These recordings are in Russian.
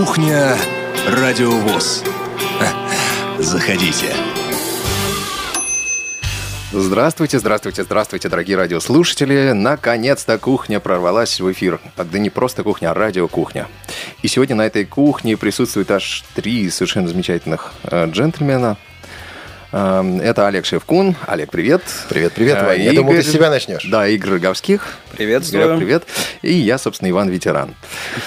Кухня Радиовоз. Заходите. Здравствуйте, дорогие радиослушатели. Наконец-то кухня прорвалась в эфир. Да не просто кухня, а радиокухня. И сегодня на этой кухне присутствует аж 3 совершенно замечательных джентльмена. Это Олег Шевкун. Олег, привет. Привет, Ваня. Я думал, ты с себя начнешь. Да, Игорь Роговских. Приветствую. Игорь, привет. И я, собственно, Иван Ветеран.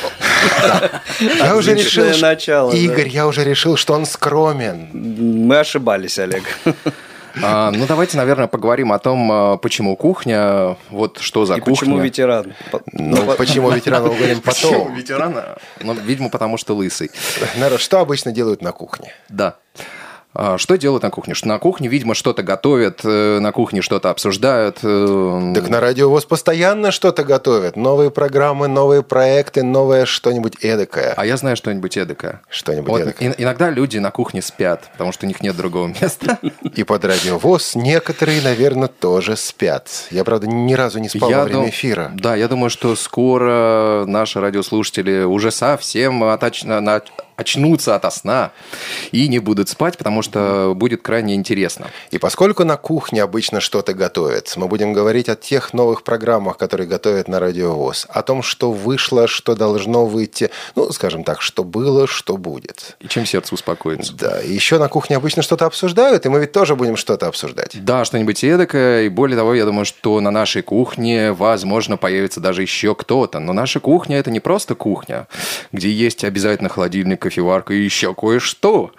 Я уже решил, Игорь, я уже решил, что он скромен. Мы ошибались, Олег. Ну, давайте, наверное, поговорим о том, почему кухня, вот что за кухня. И почему ветеран? Ну, почему ветеран, мы говорим потом. Почему ветеран? Ну, видимо, потому что лысый. Народ, что обычно делают на кухне? Да. Что делают на кухне? Что на кухне, видимо, что-то готовят, на кухне что-то обсуждают. Так на Радиовоз постоянно что-то готовят. Новые программы, новые проекты, новое что-нибудь эдакое. А я знаю что-нибудь эдакое. Что-нибудь Вот эдакое. Иногда люди на кухне спят, потому что у них нет другого места. И под Радиовоз некоторые, наверное, тоже спят. Я, правда, ни разу не спал во время эфира. Да, я думаю, что скоро наши радиослушатели уже совсем очнутся ото сна и не будут спать, потому что будет крайне интересно. И поскольку на кухне обычно что-то готовят, мы будем говорить о тех новых программах, которые готовят на Радиовоз, о том, что вышло, что должно выйти, ну, скажем так, что было, что будет. И чем сердце успокоится. Да, и еще на кухне обычно что-то обсуждают, и мы ведь тоже будем что-то обсуждать. Да, что-нибудь эдакое, и более того, я думаю, что на нашей кухне, возможно, появится даже еще кто-то. Но наша кухня – это не просто кухня, где есть обязательно холодильник, кофеварка и еще кое-что.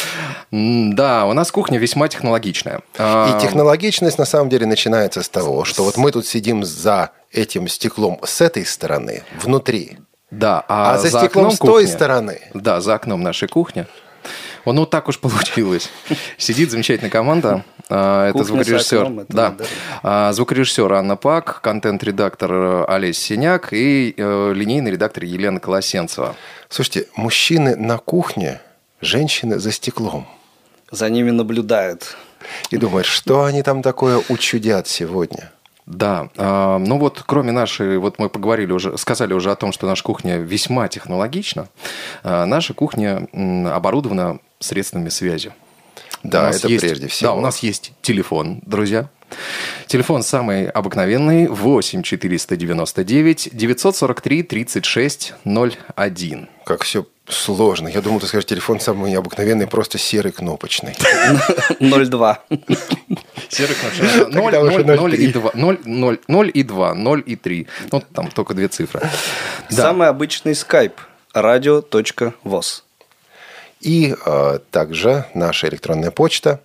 Да, у нас кухня весьма технологичная. И технологичность на самом деле начинается с того, что вот мы тут сидим за этим стеклом с этой стороны, внутри. Да, а за стеклом с той стороны. Да, за окном нашей кухни. Ну, так уж получилось. Сидит замечательная команда. Это звукорежиссер. Звукорежиссер Анна Пак, контент-редактор Олесь Синяк и линейный редактор Елена Колосенцева. Слушайте, мужчины на кухне, женщины за стеклом. За ними наблюдают. И думают, что они там такое учудят сегодня. Да, ну вот кроме нашей, вот мы сказали уже о том, что наша кухня весьма технологична, наша кухня оборудована средствами связи. Да, это прежде всего. Да, у нас есть телефон, друзья. Телефон самый обыкновенный 8 499 943 36 01. Как все сложно. Я думал, ты скажешь, телефон самый обыкновенный, просто серый кнопочный. 02. Серый кнопочный. 0 и 2. 0 и 2, 0 и 3. Ну, там только 2 цифры. Самый обычный скайп. radio.voz. И также наша электронная почта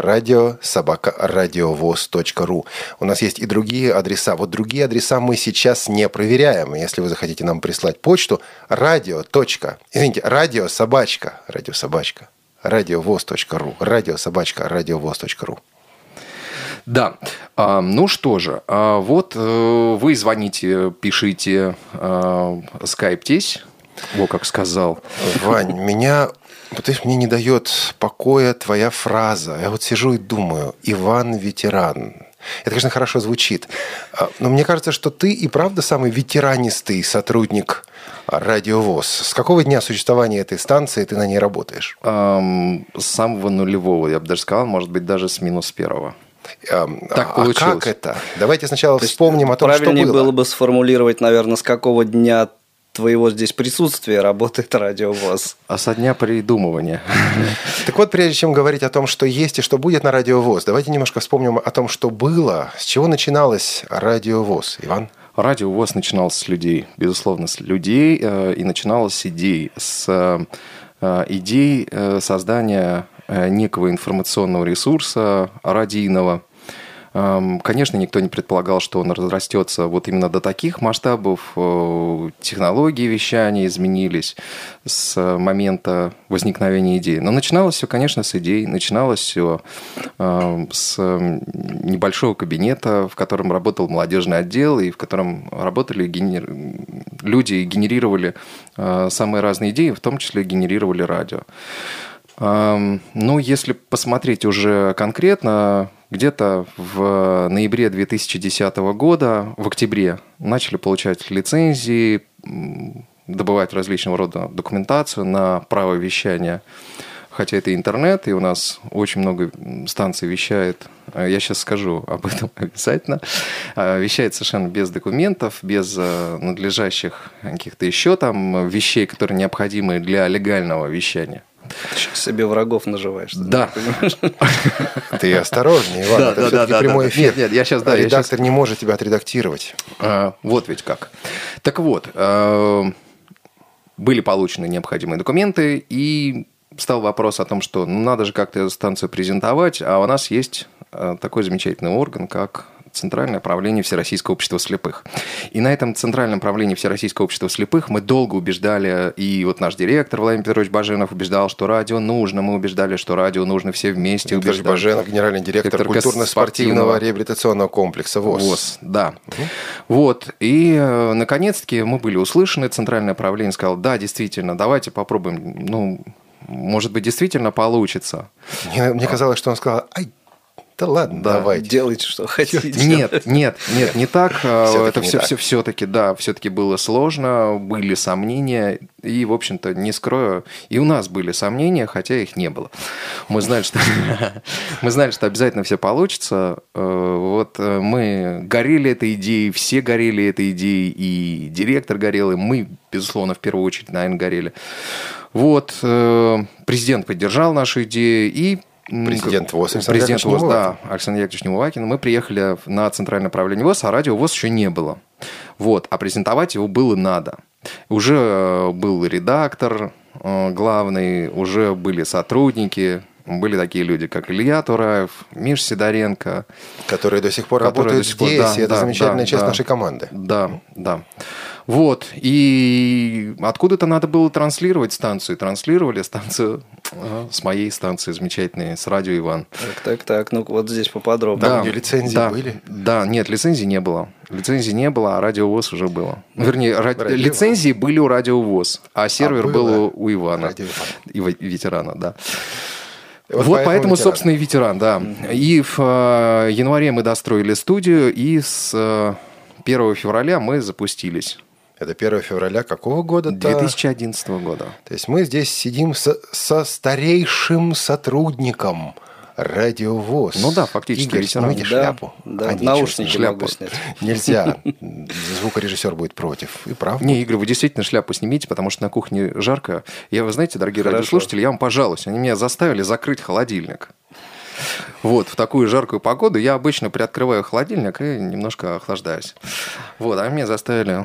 radio@radiovoz.ru. У нас есть и другие адреса. Вот другие адреса мы сейчас не проверяем. Если вы захотите нам прислать почту, радио.voz.ru. радио@radiovoz.ru. Да, ну что же, вот вы звоните, пишите, скайптесь, как сказал. Вань, мне не дает покоя твоя фраза. Я вот сижу и думаю, Иван Ветеран. Это, конечно, хорошо звучит. Но мне кажется, что ты и правда самый ветеранистый сотрудник Радиовоз. С какого дня существования этой станции ты на ней работаешь? С самого нулевого, я бы даже сказал, может быть, даже с -1. Так получилось. Как это? Давайте сначала вспомним о том, что было. Правильнее было бы сформулировать, наверное, с какого дня твоего здесь присутствия работает Радиовоз. А со дня придумывания. Так вот, прежде чем говорить о том, что есть и что будет на Радиовоз, давайте немножко вспомним о том, что было. С чего начиналось Радиовоз, Иван? Радиовоз начинался с людей, безусловно, с людей, и начиналось с идей. С идей создания некого информационного ресурса радийного. Конечно, никто не предполагал, что он разрастется вот именно до таких масштабов. Технологии вещания изменились с момента возникновения идеи. Но начиналось все, конечно, с идей. Начиналось все с небольшого кабинета, в котором работал молодежный отдел, и в котором работали люди и генерировали самые разные идеи, в том числе генерировали радио. Ну, если посмотреть уже конкретно, где-то в ноябре 2010 года, в октябре, начали получать лицензии добывать различного рода документацию на право вещания. Хотя это интернет, и у нас очень много станций вещает. Я сейчас скажу об этом обязательно. Вещает совершенно без документов, без надлежащих каких-то еще там вещей, которые необходимы для легального вещания. Сейчас себе врагов наживаешь. Да. Ты осторожнее, Иван, это все-таки прямой эфир. Нет, я сейчас, редактор не может тебя отредактировать. Вот ведь как. Так вот, были получены необходимые документы, и стал вопрос о том, что надо же как-то эту станцию презентовать, а у нас есть такой замечательный орган, как Центральное правление Всероссийского общества слепых. И на этом Центральном правлении Всероссийского общества слепых мы долго убеждали, и вот наш директор Владимир Петрович Баженов убеждал, что радио нужно, мы убеждали, что радио нужно все вместе. Петрович Баженов, генеральный директор культурно-спортивного реабилитационного комплекса ВОС. ВОС, да. Вот, и наконец-таки мы были услышаны, Центральное правление сказало, да, действительно, давайте попробуем, может быть, действительно получится. Мне казалось, что он сказал, да ладно, давайте. Делайте, что хотите. Нет, не так. Это все-таки было сложно, были сомнения. И, в общем-то, не скрою, и у нас были сомнения, хотя их не было. Мы знали, что обязательно все получится. Вот мы горели этой идеей, все горели этой идеей, и директор горел, и мы, безусловно, в первую очередь, наверное, горели. Вот, президент поддержал нашу идею, и Президент ВОС, Александр Яковлевич Немувакин. Мы приехали на Центральное правление ВОС, а радио ВОС еще не было. Вот, а презентовать его было надо. Уже был редактор главный, уже были сотрудники, были такие люди, как Илья Тураев, Миша Сидоренко. Которые до сих пор работают здесь, и это замечательная часть нашей команды. Да. Вот, и откуда-то надо было транслировать станцию. Транслировали станцию с моей станции замечательной, с радио Иван. Так, ну вот здесь поподробнее. Да, лицензии были? Да, нет, лицензии не было. Лицензии не было, а радио ВОС уже было. Вернее, лицензии были у радио ВОС, а сервер был у Ивана, ветерана, да. Вот поэтому, собственно, и ветеран, да. И в январе мы достроили студию, и с 1 февраля мы запустились. Это 1 февраля какого года? 2011 года. То есть мы здесь сидим со старейшим сотрудником радио ВОС. Ну да, фактически. Игорь, снимите шляпу. Да, наушники шляпу снять. Нельзя. Звукорежиссер будет против. И прав. Не, Игорь, вы действительно шляпу снимите, потому что на кухне жарко. Вы знаете, дорогие радиослушатели, я вам пожалуюсь. Они меня заставили закрыть холодильник. Вот, в такую жаркую погоду я обычно приоткрываю холодильник и немножко охлаждаюсь. Вот, а меня заставили...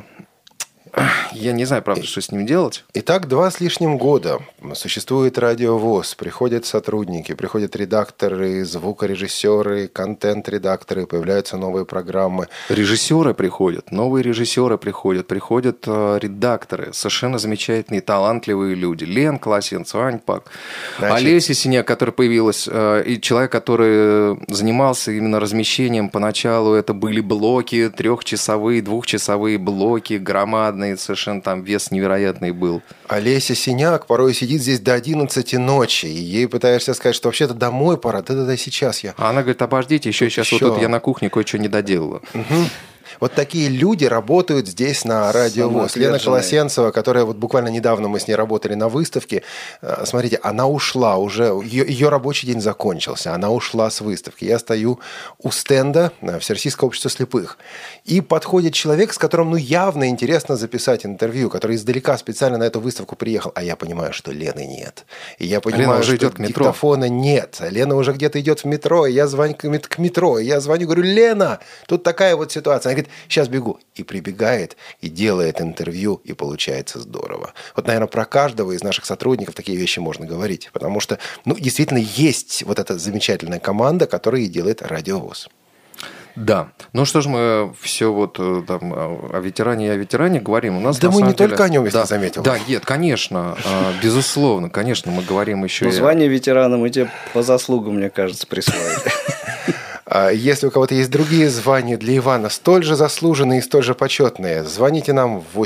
Я не знаю, правда, что с ним делать. Итак, 2 с лишним года существует радио ВОС. Приходят сотрудники, приходят редакторы, звукорежиссеры, контент-редакторы, появляются новые программы. Режиссеры приходят, новые режиссеры приходят редакторы, совершенно замечательные, талантливые люди. Лен Колосенцев, Ань Пак, Олеся Синяк, которая появилась, и человек, который занимался именно размещением поначалу. Это были блоки, 3-часовые, 2-часовые блоки, громадные. Совершенно там вес невероятный был. Олеся Синяк порой сидит здесь до 11 ночи, и ей пытаешься сказать, что вообще-то домой пора, да сейчас я. А она говорит, обождите, еще сейчас вот тут я на кухне кое-что не доделала. Угу. Вот такие люди работают здесь на радио ВОС. Лена Колосенцева, которая вот буквально недавно мы с ней работали на выставке, смотрите, она ушла уже, ее рабочий день закончился, она ушла с выставки. Я стою у стенда Всероссийского общества слепых, и подходит человек, с которым явно интересно записать интервью, который издалека специально на эту выставку приехал, а я понимаю, что Лены нет. И я понимаю, что идет диктофона нет. Лена уже где-то идет в метро, и я звоню к метро, и я звоню, говорю, Лена, тут такая вот ситуация. Она говорит, сейчас бегу. И прибегает, и делает интервью, и получается здорово. Вот, наверное, про каждого из наших сотрудников такие вещи можно говорить. Потому что, действительно, есть вот эта замечательная команда, которая и делает радио ВОС. Да. Ну что ж, мы все вот там о ветеране и о ветеране говорим. У нас, да мы не деле... только о нем, если ты заметил. Да, нет, конечно. Безусловно, конечно, мы говорим еще звание ветерана мы тебе по заслугам, мне кажется, присвоили. Если у кого-то есть другие звания для Ивана, столь же заслуженные и столь же почетные, звоните нам в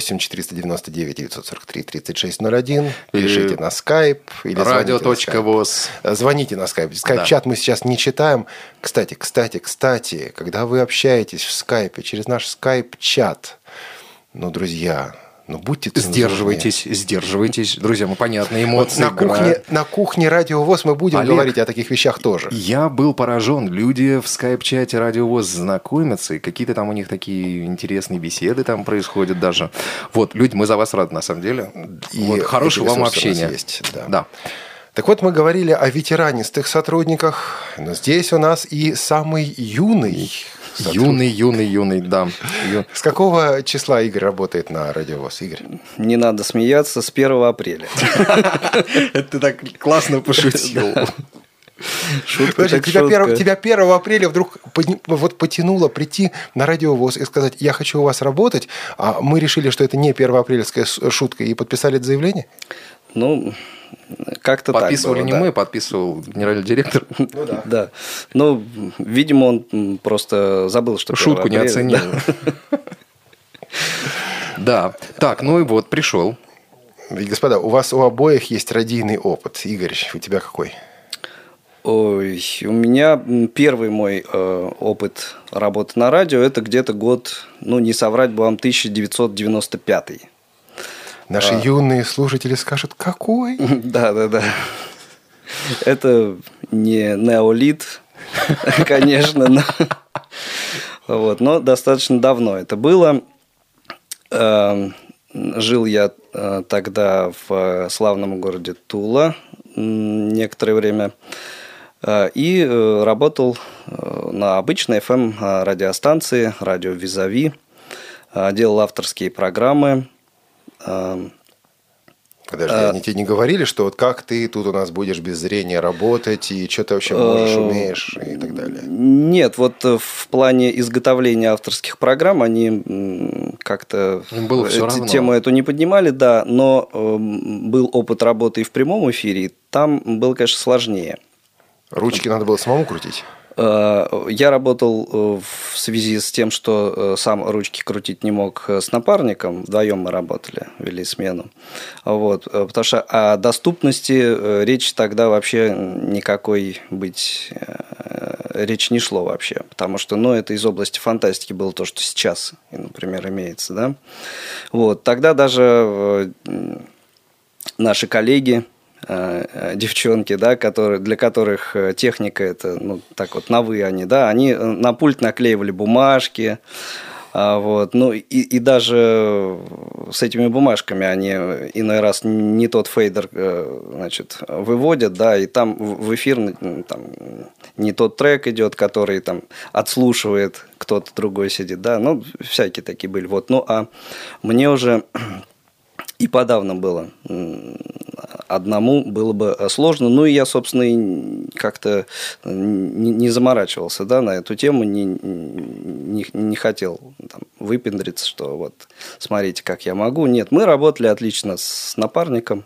8-499-943-3601, пишите на Skype или radio.voz. Звоните на Skype. Скайп-чат мы сейчас не читаем. Кстати, когда вы общаетесь в Skype через наш Skype-чат, друзья, Ну, будьте цензурные. Сдерживайтесь. Друзья, понятно, эмоции. На кухне Радио ВОС мы будем говорить о таких вещах тоже. Я был поражен. Люди в скайп-чате Радио ВОС знакомятся, и какие-то там у них такие интересные беседы там происходят даже. Вот, люди, мы за вас рады, на самом деле. И вот, хорошего вам общения. Есть, да. Так вот, мы говорили о ветеранистых сотрудниках, но здесь у нас и самый юный. Юный, да. С какого числа Игорь работает на Радио ВОС, Игорь? Не надо смеяться, с 1 апреля. Это ты так классно пошутил. Тебя 1 апреля вдруг потянуло прийти на Радио ВОС и сказать: я хочу у вас работать, а мы решили, что это не 1 апрельская шутка, и подписали это заявление? Ну, как-то так. Подписывали не мы, подписывал генеральный директор. Ну да. Да. Ну, видимо, он просто забыл, что шутку не оценил. Да. Так, ну и вот, пришел. Господа, у вас у обоих есть радийный опыт. Игорь, у тебя какой? Ой, у меня первый мой опыт работы на радио – это где-то год, ну, не соврать бы вам, 1995. Наши юные слушатели скажут: какой? Да. Это не неолит, конечно, но достаточно давно это было. Жил я тогда в славном городе Тула некоторое время и работал на обычной FM радиостанции, радио Визави, делал авторские программы. Подожди, они тебе не говорили, что вот как ты тут у нас будешь без зрения работать, и что ты вообще можешь, умеешь, и так далее? Нет, вот в плане изготовления авторских программ они как-то тему эту не поднимали, да, но был опыт работы и в прямом эфире, и там было, конечно, сложнее. Ручки надо было самому крутить? Я работал в связи с тем, что сам ручки крутить не мог с напарником. Вдвоем мы работали, вели смену. Вот, потому что о доступности речи тогда вообще никакой речь не шло вообще. Потому что это из области фантастики было то, что сейчас, например, имеется. Да? Вот, тогда даже наши коллеги, девчонки, да, для которых техника это, так вот, на «вы» они, да, они на пульт наклеивали бумажки, вот, и даже с этими бумажками они иной раз не тот фейдер, значит, выводят, да, и там в эфир там не тот трек идет, который там отслушивает, кто-то другой сидит, да, всякие такие были, вот, а мне уже и подавно было. Одному было бы сложно. И я, собственно, как-то не заморачивался, да, на эту тему, не хотел там выпендриться, что вот смотрите, как я могу. Нет, мы работали отлично с напарником.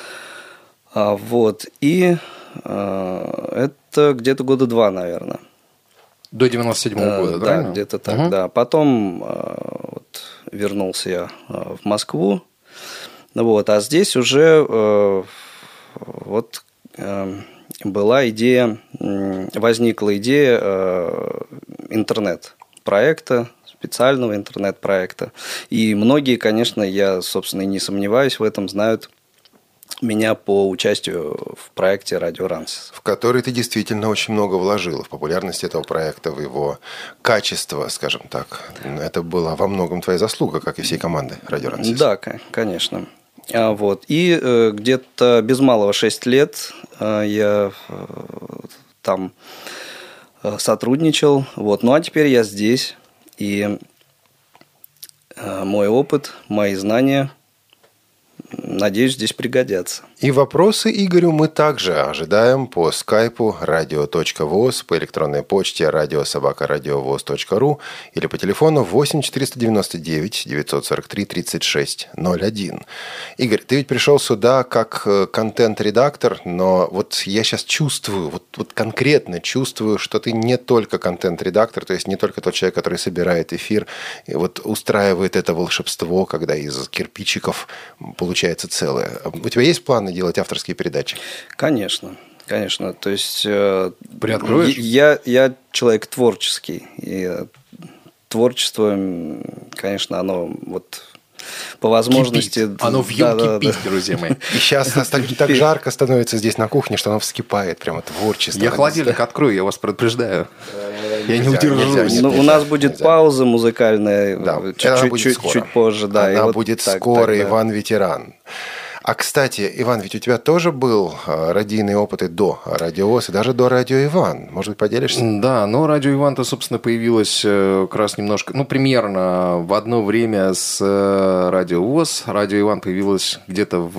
Вот. И это где-то года 2, наверное. До 97-го года, да? Да, где-то так, да. Потом вернулся я в Москву. А здесь уже была идея, возникла идея интернет-проекта, специального интернет-проекта. И многие, конечно, я, собственно, и не сомневаюсь в этом, знают меня по участию в проекте «Радио Рансис». В который ты действительно очень много вложил в популярность этого проекта, в его качество, скажем так. Это была во многом твоя заслуга, как и всей команды «Радио Рансис». Да, конечно. И где-то без малого 6 лет я там сотрудничал. А теперь я здесь. И мой опыт, мои знания, надеюсь, здесь пригодятся. И вопросы Игорю мы также ожидаем по скайпу radio.voz, по электронной почте radio@radiovoz.ru или по телефону 8 499 943 36 01. Игорь, ты ведь пришел сюда как контент-редактор, но вот я сейчас чувствую, вот конкретно чувствую, что ты не только контент-редактор, то есть не только тот человек, который собирает эфир и устраивает это волшебство, когда из кирпичиков получается целое. У тебя есть планы делать авторские передачи? Конечно. То есть приоткроешь? Я человек творческий. И творчество, конечно, оно по возможности... Кипит. Оно вьем кипит, друзья мои. И сейчас так жарко становится здесь на кухне, что оно вскипает, прямо творчество. Я холодильник открою, я вас предупреждаю. Я не удержусь. У нас будет пауза музыкальная чуть позже. Она будет скоро, Иван ветеран. А, кстати, Иван, ведь у тебя тоже был радийный опыт и до Радио ВОС, и даже до Радио Иван. Может быть, поделишься? Да, но Радио Иван-то, собственно, появилось как раз немножко, примерно в одно время с Радио ВОС. Радио Иван появилось где-то в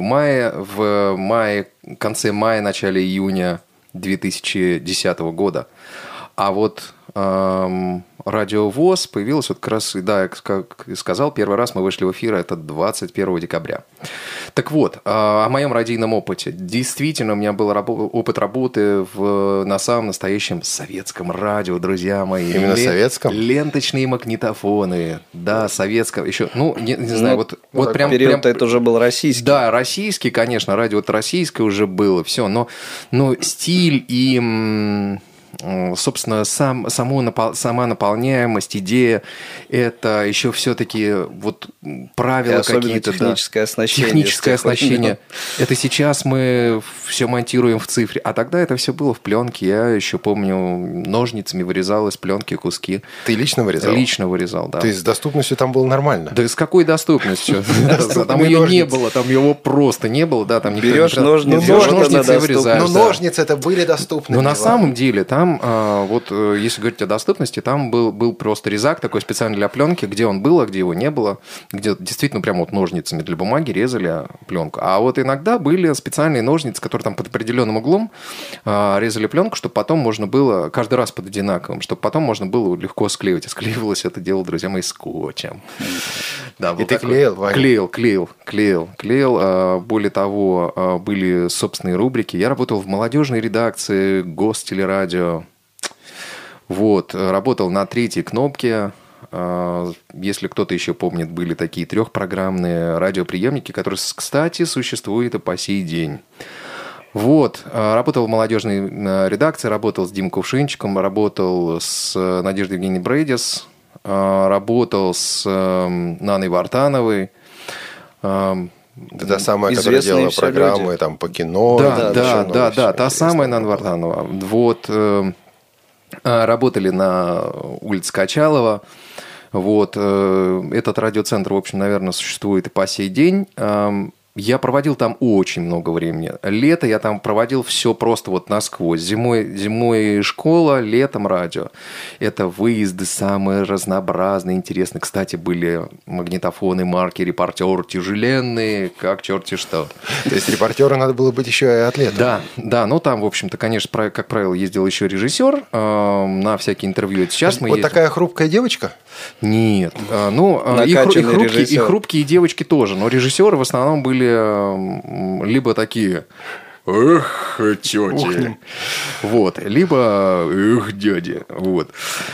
конце мая, начале июня 2010 года. А вот Радио ВОС появилось вот как раз, да, как сказал, первый раз мы вышли в эфир, это 21 декабря. Так вот, о моем радийном опыте. Действительно, у меня был опыт работы на самом настоящем советском радио, друзья мои. Именно советском? Ленточные магнитофоны, да, советского, еще, не знаю, вот прям... Период это уже был российский. Да, российский, конечно, радио это российское уже было, все, но стиль и... собственно, сама наполняемость, идея, это еще все-таки вот правила какие-то. Техническое оснащение. Техническое оснащение. Это сейчас мы все монтируем в цифре. А тогда это все было в пленке. Я еще помню, ножницами вырезал из пленки куски. Ты лично вырезал? Лично вырезал, да. То есть с доступностью там было нормально? Да с какой доступностью? Там ее не было, там его просто не было. Берешь ножницы и вырезаешь. Но ножницы это были доступны. Но на самом деле там, вот если говорить о доступности, там был просто резак такой специально для пленки, где он был, а где его не было, где действительно прям вот ножницами для бумаги резали пленку. А вот иногда были специальные ножницы, которые там под определенным углом резали пленку, чтобы потом можно было, каждый раз под одинаковым, чтобы потом можно было легко склеивать. И склеивалось это дело, друзья мои, скотчем. Да, и ты клеил, Ваня? Клеил. Более того, были собственные рубрики. Я работал в молодежной редакции Гостелерадио. Вот, работал на 3-й кнопке. Если кто-то еще помнит, были такие 3-программные радиоприемники, которые, кстати, существуют и по сей день. Вот, работал в молодежной редакции, работал с Димой Кувшинчиком, работал с Надеждой Евгеньевной Брейдис, работал с Наной Вартановой. Это та самая, которая делала программы там, по кино. Да, та самая Нана Вартанова. Вот, работали на улице Качалова. Вот, этот радиоцентр, в общем, наверное, существует и по сей день. Я проводил там очень много времени. Лето я там проводил все просто вот насквозь. Зимой школа, летом радио. Это выезды самые разнообразные, интересные. Кстати, были магнитофоны марки «Репортер» тяжеленные, как черти что. То есть репортеру надо было быть еще и атлетом. Да, но там, в общем-то, конечно, как правило, ездил еще режиссер на всякие интервью. Сейчас мы ездим. Такая хрупкая девочка? Нет. И хрупкие девочки тоже. Но режиссеры в основном были либо такие «эх, тети», вот, либо «эх, дяди». Вот.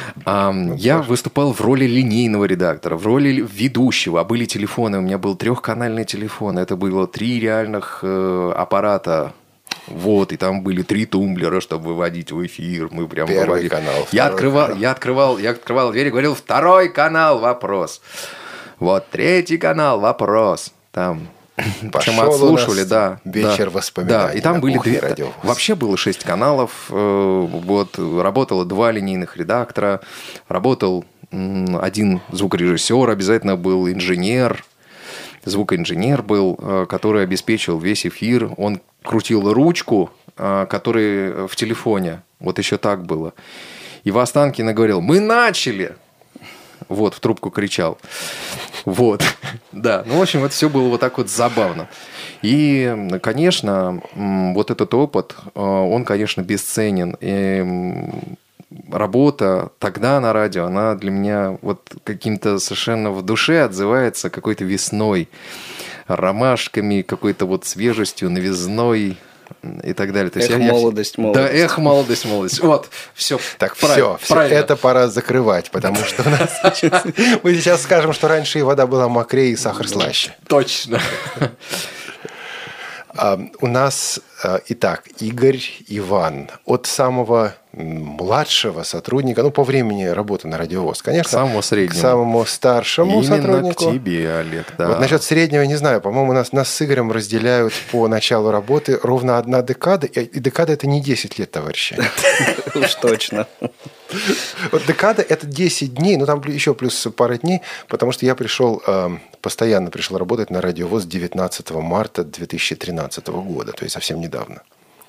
Я выступал в роли линейного редактора, в роли ведущего. А были телефоны, у меня был 3-канальный телефон. Это было 3 реальных аппарата. Вот, и там были 3 тумблера, чтобы выводить в эфир. Мы прям Первый канал. Я открывал дверь и говорил: 2-й канал, вопрос. Вот, 3-й канал, вопрос. Там. Причем отслушивали, да. Вечер воспоминаний. Да, и там были вообще было 6 каналов. Вот, работало 2 линейных редактора. Работал 1 звукорежиссер, обязательно был инженер. Звукоинженер был, который обеспечил весь эфир. Он крутил ручку, который в телефоне. Вот еще так было. И в Останкино говорил: мы начали! Вот, в трубку кричал. Вот, да. Ну, в общем, это все было вот так вот забавно. И, конечно, вот этот опыт, он, конечно, бесценен. И работа тогда на радио, она для меня вот каким-то совершенно в душе отзывается какой-то весной, ромашками, какой-то вот свежестью, новизной и так далее. То есть молодость. Да, молодость. Вот, все. Так, все, это пора закрывать, потому что у нас мы сейчас скажем, что раньше и вода была мокрее, и сахар слаще. Точно. У нас, итак, Игорь, Иван, от самого младшего сотрудника, ну, по времени работы на Радио ВОС, конечно. К самому среднему. К самому старшему именно сотруднику. Именно к тебе, Олег, да. Вот насчет среднего, не знаю, по-моему, нас с Игорем разделяют по началу работы ровно 1 декада, и декада – это не 10 лет, товарищи. Уж точно. Вот декада – это 10 дней, ну, там еще плюс пара дней, потому что я постоянно пришел работать на Радио ВОС 19 марта 2013 года, то есть совсем недавно.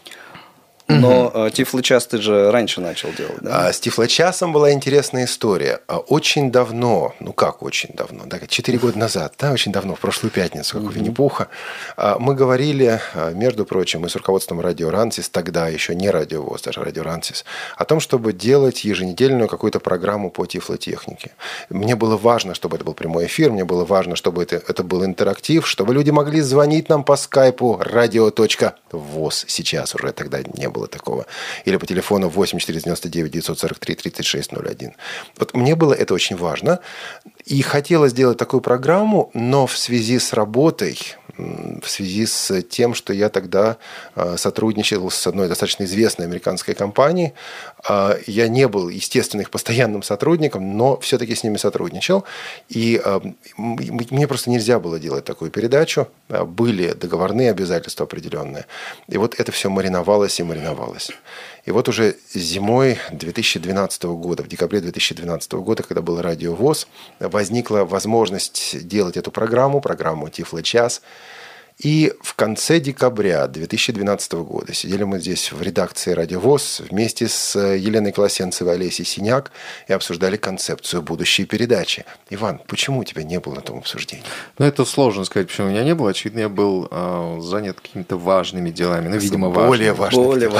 Но Тифлочас ты же раньше начал делать, да? С Тифлочасом была интересная история. Очень давно, ну как очень давно, да, 4 года назад, да, очень давно, в прошлую пятницу, как у Винни-Пуха, мы говорили, между прочим, и с руководством Радио Рансис, тогда еще не Радио ВОС, даже Радио Рансис, о том, чтобы делать еженедельную какую-то программу по тифлотехнике. Мне было важно, чтобы это был прямой эфир, мне было важно, чтобы это был интерактив, чтобы люди могли звонить нам по скайпу radio.voz. Сейчас уже, тогда не было такого. Или по телефону 8499 943 3601. Вот мне было это очень важно. И хотелось сделать такую программу, но в связи с работой, в связи с тем, что я тогда сотрудничал с одной достаточно известной американской компанией, я не был, естественно, их постоянным сотрудником, но все-таки с ними сотрудничал. И мне просто нельзя было делать такую передачу. Были договорные обязательства определенные. И вот это все мариновалось и мариновалось. И вот уже зимой 2012 года, в декабре 2012 года, когда был Радио ВОС, возникла возможность делать эту программу «Тифлочас». И в конце декабря 2012 года сидели мы здесь в редакции Радио ВОС вместе с Еленой Колосенцевой и Олесей Синяк и обсуждали концепцию будущей передачи. Иван, почему у тебя не было на том обсуждении? Ну, это сложно сказать, почему у меня не было. Очевидно, я был занят какими-то важными делами. Ну, видимо, более важными.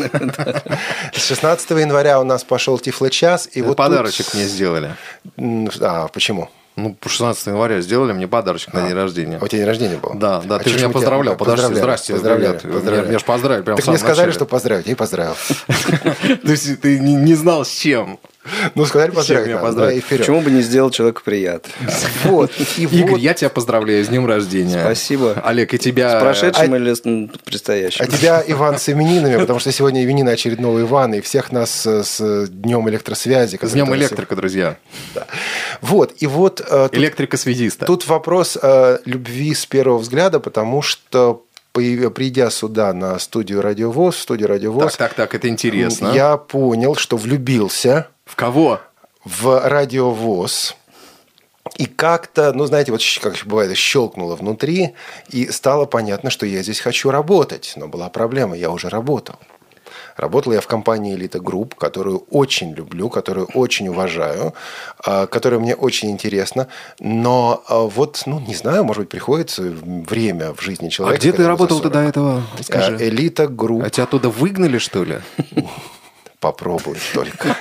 С 16 января у нас пошел Тифлочас. И вот подарочек мне сделали. Почему? Ну, 16 января сделали мне подарочек на день рождения. У тебя день рождения был? Да, ты же меня поздравлял. Подожди, здрасте, ребят. Меня же поздравили прямо в самом начале. Так мне сказали, что поздравить, я и поздравил. То есть ты не знал, с чем? Ну, сказали поздравить. Почему бы не сделать человеку приятно? Вот. Игорь, я тебя поздравляю с днем рождения. Спасибо. Олег, и тебя... С прошедшим или с предстоящим? А тебя, Иван, с именинами, потому что сегодня именины очередного Ивана, и всех нас с Днем электросвязи. С Днем электрика, друзья. Да. Вот, и вот... Электрика-связиста. Тут вопрос любви с первого взгляда, потому что придя сюда на студию Радио ВОС, Так, это интересно. Я понял, что влюбился. В кого? В Радио ВОС. И как-то, ну, знаете, вот как бывает, щелкнуло внутри, и стало понятно, что я здесь хочу работать. Но была проблема, я уже работал. Работал я в компании «Элита Групп», которую очень люблю, которую очень уважаю, которая мне очень интересна. Но вот, ну, не знаю, может быть, приходится время в жизни человека. А где ты работал-то до этого? Скажи. «Элита Групп». А тебя оттуда выгнали, что ли? Попробуй только.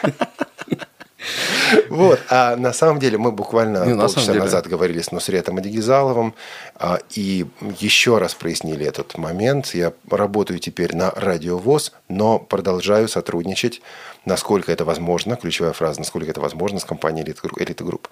Вот, а на самом деле мы буквально полчаса назад говорили с Нусретом Адигизаловым и еще раз прояснили этот момент. Я работаю теперь на Радио ВОС, но продолжаю сотрудничать, насколько это возможно, ключевая фраза, насколько это возможно, с компанией «Элита Групп».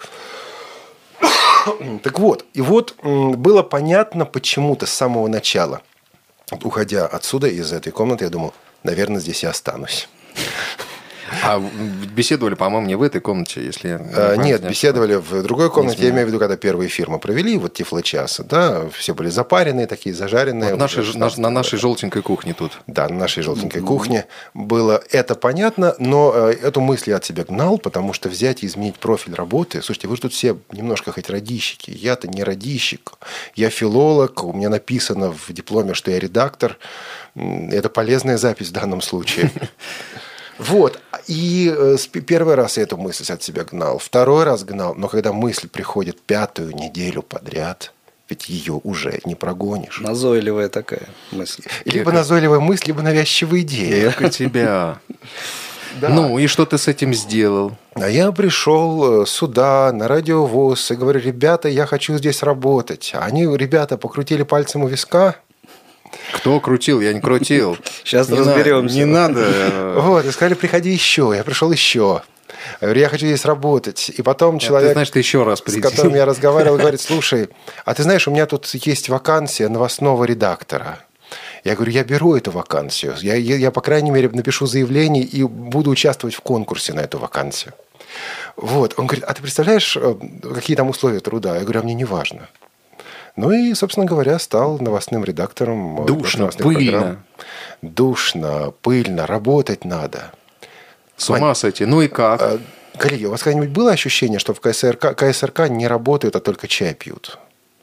Так вот, и вот было понятно почему-то с самого начала, уходя отсюда, из этой комнаты, я думал, наверное, здесь я останусь. А беседовали, по-моему, не в этой комнате, если я Нет, беседовали в другой комнате. Я имею в виду, когда первый эфир мы провели, вот Тифлочаса, да, все были запаренные, такие зажаренные. Вот на нашей желтенькой кухне тут. Да, на нашей желтенькой кухне было это понятно, но эту мысль я от себя гнал, потому что взять и изменить профиль работы... Слушайте, вы же тут все немножко хоть радищики. Я-то не радищик. Я филолог, у меня написано в дипломе, что я редактор. Это полезная запись в данном случае. Вот. И первый раз я эту мысль от себя гнал, второй раз гнал, но когда мысль приходит 5-ю неделю подряд, ведь ее уже не прогонишь. Назойливая такая мысль. Либо назойливая мысль, либо навязчивая идея. Как тебя. Да. Ну, и что ты с этим сделал? А я пришел сюда, на Радио ВОС, и говорю, ребята, я хочу здесь работать. А они, ребята, покрутили пальцем у виска. Кто крутил? Я не крутил. Сейчас разберемся. Не надо. Вот, и сказали, приходи еще. Я пришел еще. Я говорю, я хочу здесь работать. И потом человек, ты знаешь, ты еще раз приди. с которым я разговаривал, говорит, слушай, а ты знаешь, у меня тут есть вакансия новостного редактора. Я говорю, я беру эту вакансию. Я, по крайней мере, напишу заявление и буду участвовать в конкурсе на эту вакансию. Вот. Он говорит, а ты представляешь, какие там условия труда? Я говорю, а мне не важно. Ну и, собственно говоря, стал новостным редактором. Душно, пыльно. Программ. Душно, пыльно, работать надо. С ума сойти. Ну и как? Коллеги, у вас когда-нибудь было ощущение, что в КСРК не работают, а только чай пьют?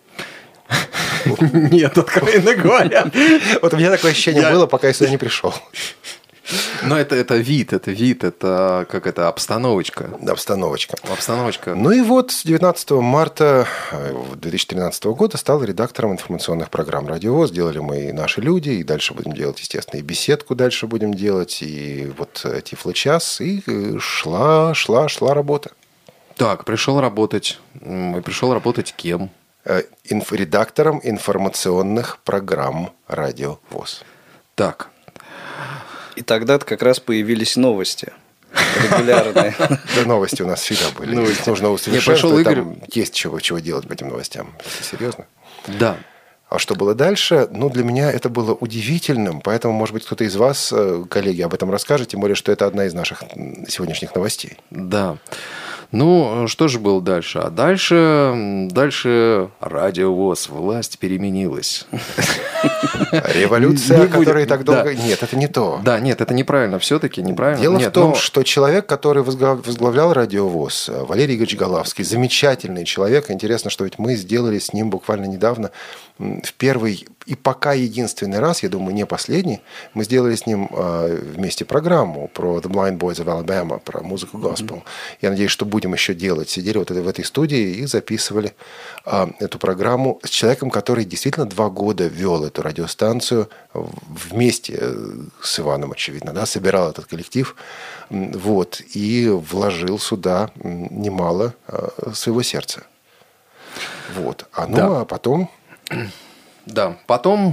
Нет, откровенно говоря. Вот у меня такое ощущение было, пока я сюда не пришел. Но это вид, это как это, обстановочка. Обстановочка. Ну и вот с 19 марта 2013 года стал редактором информационных программ «Радио ВОС». Делали мы и «Наши люди», и дальше будем делать, естественно, и «Беседку» дальше будем делать, и вот «Тифлочас», и шла работа. Так, пришел работать. И пришел работать кем? Редактором информационных программ «Радио ВОС». Так. И тогда-то как раз появились новости регулярные. Да, новости у нас всегда были. Нужно усовершенствовать. Там есть чего делать по этим новостям. Серьезно? Да. А что было дальше? Ну, для меня это было удивительным. Поэтому, может быть, кто-то из вас, коллеги, об этом расскажет. Тем более, что это одна из наших сегодняшних новостей. Да. Ну, что же было дальше? А дальше Радио ВОС. Власть переменилась. Революция, которая так долго... Нет, это не то. Да, нет, это неправильно. Все-таки неправильно. Дело в том, что человек, который возглавлял Радио ВОС, Валерий Игоревич Голавский, замечательный человек. Интересно, что ведь мы сделали с ним буквально недавно в первый и пока единственный раз, я думаю, не последний, мы сделали с ним вместе программу про The Blind Boys of Alabama, про музыку госпел. Я надеюсь, что будем еще делать. Сидели вот в этой студии и записывали эту программу с человеком, который действительно 2 года вел эту радиостанцию вместе с Иваном, очевидно, да, собирал этот коллектив, вот, и вложил сюда немало своего сердца. Вот. А потом... Да, потом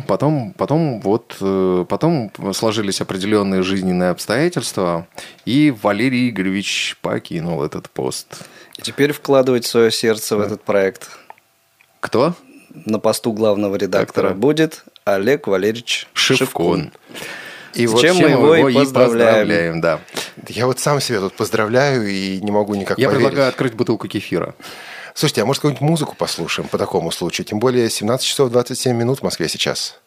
сложились определенные жизненные обстоятельства, и Валерий Игоревич покинул этот пост. И теперь вкладывать свое сердце в этот проект. Кто? На посту главного редактора будет Олег Валерьевич Шевкун. И с чем мы его и поздравляем. Да. Я вот сам себя тут поздравляю и не могу никак поверить. Я предлагаю открыть бутылку кефира. Слушайте, а может, какую-нибудь музыку послушаем по такому случаю? Тем более 17 часов 27 минут в Москве сейчас.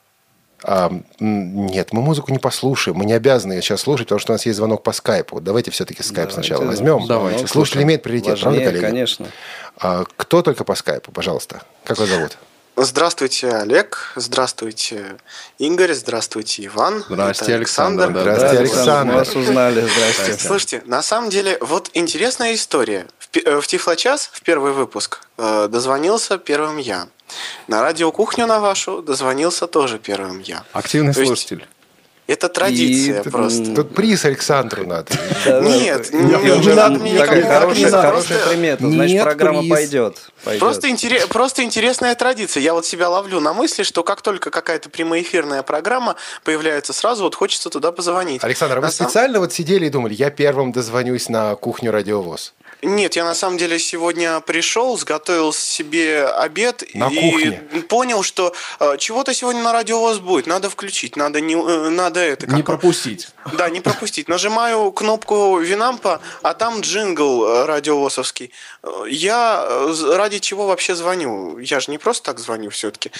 Нет, мы музыку не послушаем. Мы не обязаны ее сейчас слушать, потому что у нас есть звонок по скайпу. Вот давайте все-таки скайп сначала возьмем. Давайте. Слушатель имеет приоритет, правда, коллеги? Конечно. Кто только по скайпу, пожалуйста. Как вас зовут? Здравствуйте, Олег. Здравствуйте, Игорь. Здравствуйте, Иван. Здравствуйте, Александр. Здравствуйте, Александр. Мы вас узнали. Здравствуйте. Слушайте, на самом деле, вот интересная история. В Тифлочас, в первый выпуск, дозвонился первым я. На радиокухню на вашу дозвонился тоже первым я. Активный слушатель. Это традиция просто. Тут приз Александру надо. Нет, не надо мне никакого приза. Хорошая примета, значит, программа пойдет. Просто интересная традиция. Я вот себя ловлю на мысли, что как только какая-то прямоэфирная программа появляется, сразу вот хочется туда позвонить. Александр, вы специально вот сидели и думали, я первым дозвонюсь на кухню Радио ВОС? Нет, я на самом деле сегодня пришел, сготовил себе обед и понял, что чего-то сегодня на Радио ВОС будет, надо включить, надо это... Не пропустить. Да, не пропустить. Нажимаю кнопку Винампа, а там джингл радиовосовский. Я ради чего вообще звоню? Я же не просто так звоню все-таки.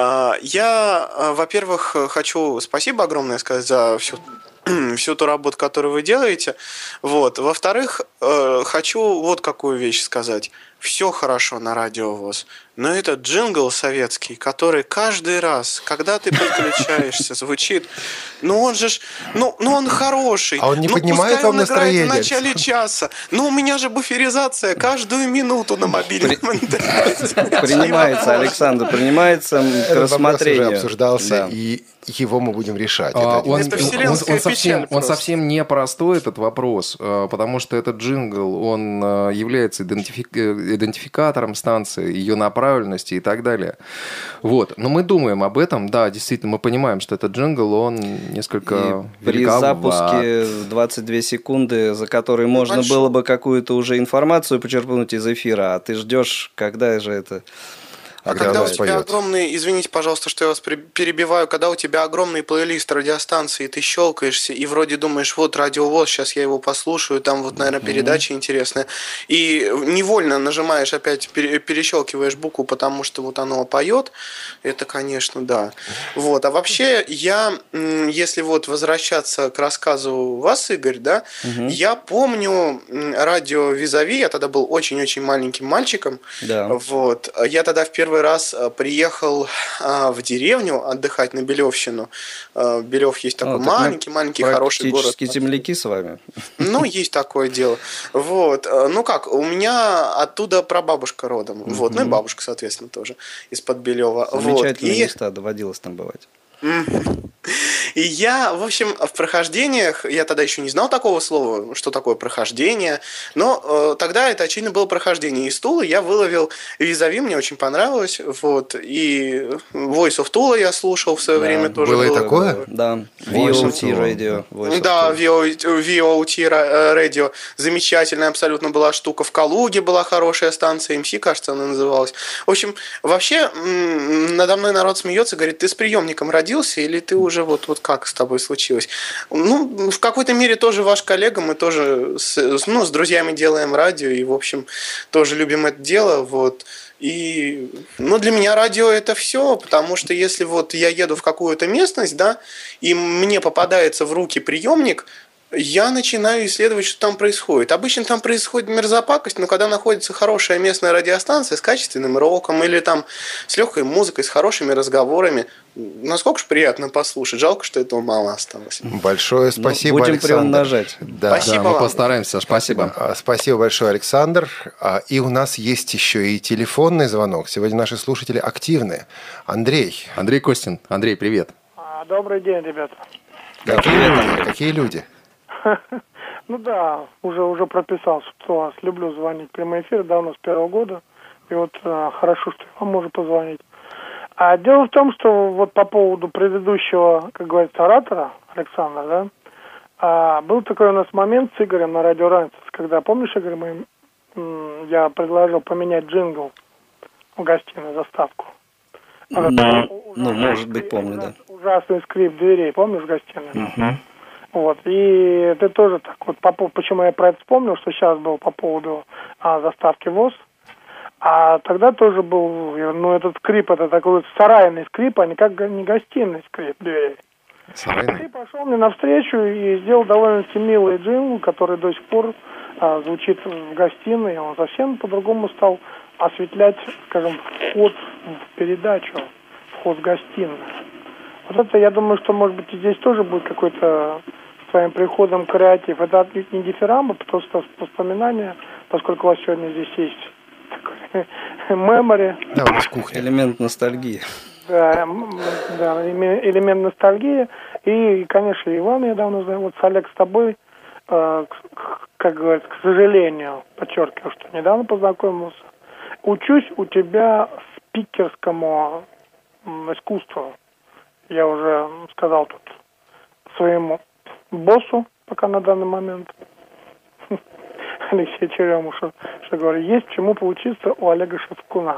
Я, во-первых, хочу спасибо огромное сказать за всю ту работу, которую вы делаете. Вот. Во-вторых, хочу вот какую вещь сказать. Все хорошо на Радио ВОС, но этот джингл советский, который каждый раз, когда ты подключаешься, звучит, он хороший. А он не поднимает вам настроение? В начале часа. У меня же буферизация каждую минуту на мобильном интернете. Принимается, Александр, принимается к рассмотрению. Этот вопрос уже обсуждался, и его мы будем решать. Он совсем не простой, этот вопрос, потому что этот джингл, он является идентификатором станции, ее направленности и так далее. Вот. Но мы думаем об этом, да, действительно, мы понимаем, что этот джингл, он несколько великоват. При запуске 22 секунды, за которые можно было бы какую-то уже информацию почерпнуть из эфира, а ты ждешь, когда же это когда у тебя споет. огромный, извините, пожалуйста, что я вас перебиваю, когда у тебя огромный плейлист радиостанции, ты щелкаешься и вроде думаешь, вот Радио ВОС, сейчас я его послушаю, там вот, наверное, передача интересная, и невольно нажимаешь опять, перещелкиваешь букву, потому что вот оно поет, это, конечно, да. Вот, а вообще я, если вот возвращаться к рассказу вас, Игорь, да, я помню радио «Визави», я тогда был очень-очень маленьким мальчиком, вот, я тогда в первый раз приехал в деревню отдыхать на Белевщину. Белев есть такой маленький, хороший город. Практически земляки с вами. Ну, есть такое дело. Вот. Ну как, у меня оттуда прабабушка родом. Вот. Ну и бабушка, соответственно, тоже из-под Белева. Замечательные места, доводилось там бывать. И я, в общем, в прохождениях, я тогда еще не знал такого слова, что такое прохождение, но тогда это, очевидно, было прохождение. И Тулы я выловил «Визави», мне очень понравилось, вот, и Voice of Tula я слушал в свое время тоже. Было и такое? Да, VOT Radio. Да, VOT Radio, замечательная абсолютно была штука. В Калуге была хорошая станция, МС, кажется, она называлась. В общем, вообще, надо мной народ смеется, говорит, ты с приемником родился или ты уже вот как с тобой случилось? Ну, в какой-то мере тоже ваш коллега, мы тоже с друзьями делаем радио и, в общем, тоже любим это дело, вот. И, для меня радио это все, потому что если вот я еду в какую-то местность, да, и мне попадается в руки приемник, я начинаю исследовать, что там происходит. Обычно там происходит мерзопакость, но когда находится хорошая местная радиостанция с качественным роком или там с легкой музыкой, с хорошими разговорами, насколько же приятно послушать. Жалко, что этого мало осталось. Большое спасибо, будем Александр. приумножать. Да. Спасибо мы вам. постараемся. Спасибо. Спасибо большое, Александр. И у нас есть еще и телефонный звонок. Сегодня наши слушатели активны. Андрей. Андрей Костин. Андрей, привет. Добрый день, ребята. Какие люди? Ну да, уже прописал, что вас люблю звонить в прямой эфир давно, с первого года. И вот хорошо, что я вам могу позвонить. А дело в том, что вот по поводу предыдущего, как говорится, оратора, Александра, да, был такой у нас момент с Игорем на радио Ранцевс, когда, помнишь, Игорь, я предложил поменять джингл в гостиной, заставку. Может быть, помню, да. Ужасный скрип дверей, помнишь, в гостиной? Вот, и ты тоже так вот, почему я про это вспомнил, что сейчас был по поводу заставки ВОС, а тогда тоже был, этот скрип, это такой сарайный скрип, а не гостиный скрип дверей. Сарайный? Ты пошел мне навстречу и сделал довольно-таки милый джингл, который до сих пор звучит в гостиной, он совсем по-другому стал осветлять, скажем, вход в передачу, вход в гостиную. Вот это, я думаю, что, может быть, и здесь тоже будет какой-то с твоим приходом креатив. Это отнюдь не дифирамба, просто воспоминания, поскольку у вас сегодня здесь есть такой мемори. Да, у нас кухня. Элемент ностальгии. Да, элемент ностальгии. И, конечно, Иван, я давно знаю, вот Олег с тобой, как говорится, к сожалению, подчеркиваю, что недавно познакомился. Учусь у тебя спикерскому искусству. Я уже сказал тут своему боссу, пока на данный момент, Алексею Черемушу, что говорю, есть чему поучиться у Олега Шевкуна.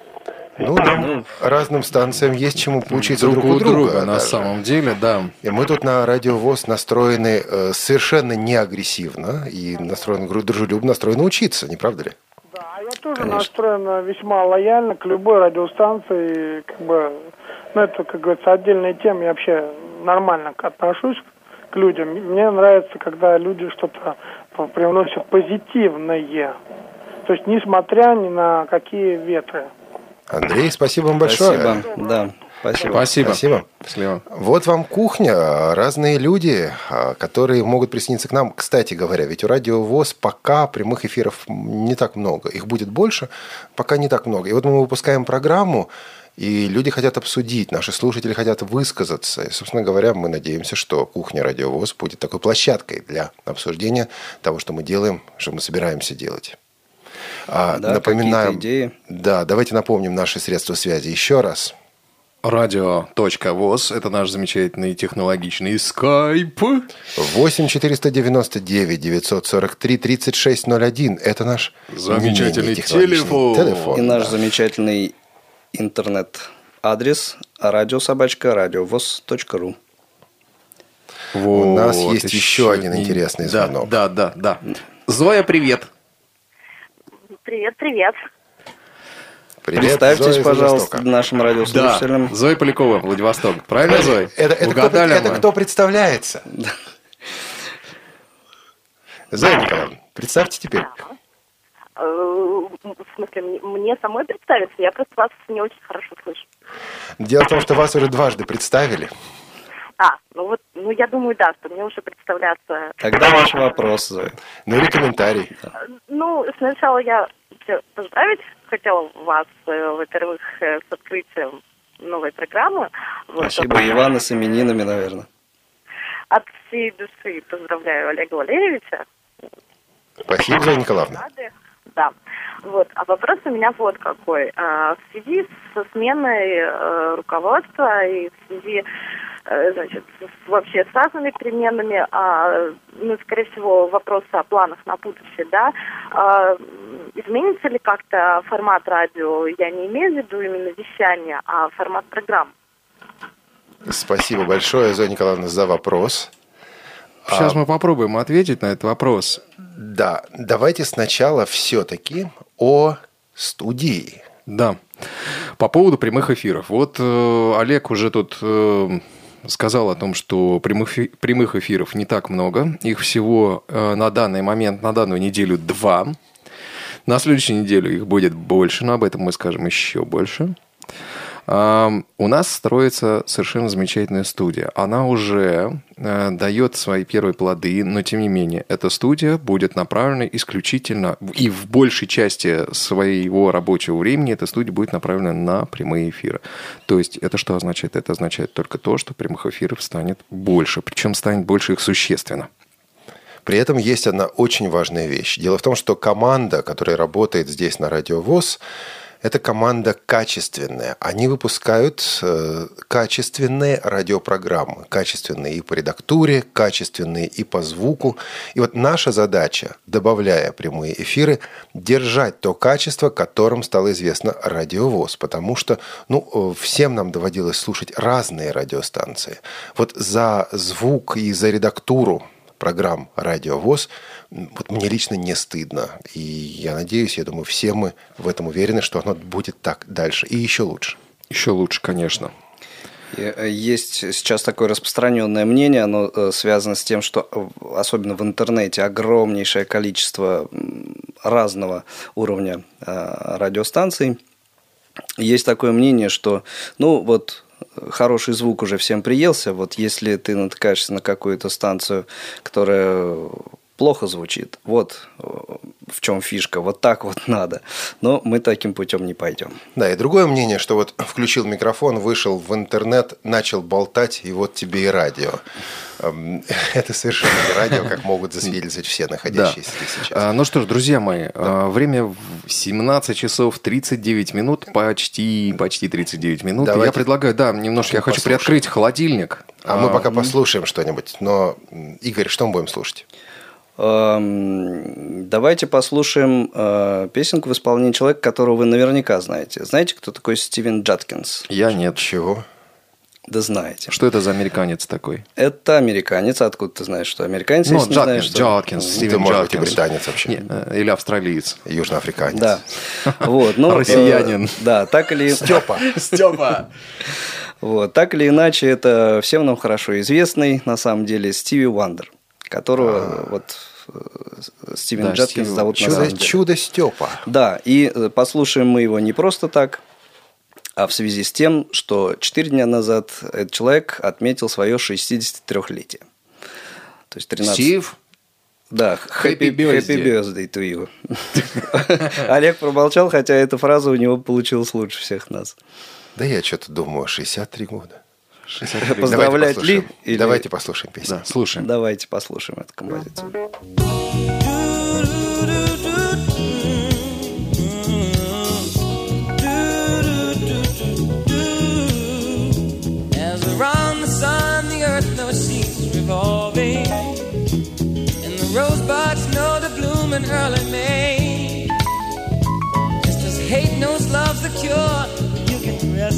Нам, разным станциям, есть чему поучиться друг у друга. На самом деле, да. И мы тут на Радио ВОС настроены совершенно не агрессивно и настроены дружелюбно, настроены учиться, не правда ли? Да, я тоже настроен весьма лояльно к любой радиостанции, это, как говорится, отдельная тема, я вообще нормально отношусь к людям. Мне нравится, когда люди что-то привносят позитивное, то есть несмотря ни на какие ветры. Андрей, спасибо вам большое. Спасибо, да. Спасибо. Вот вам кухня, разные люди, которые могут присоединиться к нам. Кстати говоря, ведь у Радио ВОС пока прямых эфиров не так много. Их будет больше, пока не так много. И вот мы выпускаем программу, и люди хотят обсудить, наши слушатели хотят высказаться. И, собственно говоря, мы надеемся, что кухня Радио ВОС будет такой площадкой для обсуждения того, что мы делаем, что мы собираемся делать. Напоминаем, идеи. Да, давайте напомним наши средства связи еще раз. Радио.ВОС – это наш замечательный технологичный скайп. 8-490-9-943-3601 – это наш замечательный телефон. И наш замечательный интернет-адрес radiosobachka.radiovoz.ru. Вот, У нас есть еще один интересный звонок. Да. Зоя, привет. Привет. Привет, Представьтесь, Зоя из пожалуйста, Владивостока. нашим радиослушателям. Да, Зоя Полякова, Владивосток. Правильно, Зоя? Это кто представляется? Зоя Николаевна, представьте теперь. В смысле, мне самой представиться? Я просто вас не очень хорошо слышу. Дело в том, что вас уже дважды представили. Я думаю, да, что мне уже представляться. Тогда ваш вопрос, Зоя. Ну или комментарий. Сначала я поздравить хотела вас, во-первых, с открытием новой программы. Спасибо, Ивана, с именинами, наверное. От всей души поздравляю Олега Валерьевича. Спасибо, Зоя Николаевна. Да. А вопрос у меня вот какой. В связи со сменой руководства и в связи, вообще с разными переменами, скорее всего, вопросы о планах на будущее, да, изменится ли как-то формат радио? Я не имею в виду именно вещание, а формат программ. Спасибо большое, Зоя Николаевна, за вопрос. Сейчас мы попробуем ответить на этот вопрос. Да, давайте сначала все-таки о студии. Да. По поводу прямых эфиров. Вот Олег уже тут сказал о том, что прямых эфиров не так много. Их всего на данный момент, на данную неделю 2. На следующей неделе их будет больше, но об этом мы скажем еще больше. У нас строится совершенно замечательная студия. Она уже дает свои первые плоды, но тем не менее, эта студия будет направлена исключительно, и в большей части своего рабочего времени эта студия будет направлена на прямые эфиры. То есть, это что означает? Это означает только то, что прямых эфиров станет больше, причем станет больше их существенно. При этом есть одна очень важная вещь. Дело в том, что команда, которая работает здесь на Радио ВОС, это команда качественная. Они выпускают качественные радиопрограммы. Качественные и по редактуре, качественные и по звуку. И вот наша задача, добавляя прямые эфиры, держать то качество, которым стало известно Радио ВОС. Потому что всем нам доводилось слушать разные радиостанции. Вот за звук и за редактуру программ «Радио ВОС» мне лично не стыдно. И я надеюсь, я думаю, все мы в этом уверены, что оно будет так дальше. И еще лучше. Еще лучше, конечно. Есть сейчас такое распространенное мнение, оно связано с тем, что особенно в интернете огромнейшее количество разного уровня радиостанций. Есть такое мнение, что хороший звук уже всем приелся. Вот если ты натыкаешься на какую-то станцию, которая плохо звучит, вот в чем фишка, вот так вот надо. Но мы таким путем не пойдем. Да, и другое мнение, что вот включил микрофон, вышел в интернет, начал болтать, и вот тебе и радио. Это совершенно не радио, как могут засвидетельствовать все находящиеся здесь сейчас. Ну что ж, друзья мои, время 17 часов 39 минут, почти 39 минут. Давайте я предлагаю, немножко я хочу приоткрыть холодильник. А мы пока послушаем что-нибудь. Но, Игорь, что мы будем слушать? Давайте послушаем песенку в исполнении человека, которого вы наверняка знаете. Знаете, кто такой Стивен Джаткинс? Я нет. Чего? Да знаете. Что это за американец такой? Это американец. Откуда ты знаешь, что американец? Если не знаешь, что... Джаткинс, Стивен Стивен Джаткинс. Джаткинс. Британец вообще. Или австралиец. Южноафриканец. Да. Россиянин. Да, так или... Степа. Так или иначе, это всем нам хорошо известный, на самом деле, Стиви Уандер, которого Стивен Джаткинс зовут на самом деле. Чудо Степа. Да, и послушаем мы его не просто так, а в связи с тем, что 4 дня назад этот человек отметил свое 63-летие. То есть 13... Стив? Да, happy birthday to you. Олег промолчал, хотя эта фраза у него получилась лучше всех нас. Да я что-то думаю, 63 года. Поздравлять ли? Давайте послушаем песню. Да, слушаем. Давайте послушаем эту композицию. Around the sun, the earth never ceases revolving, and the rosebuds know to bloom in early May. Just as hate knows love's the cure, you can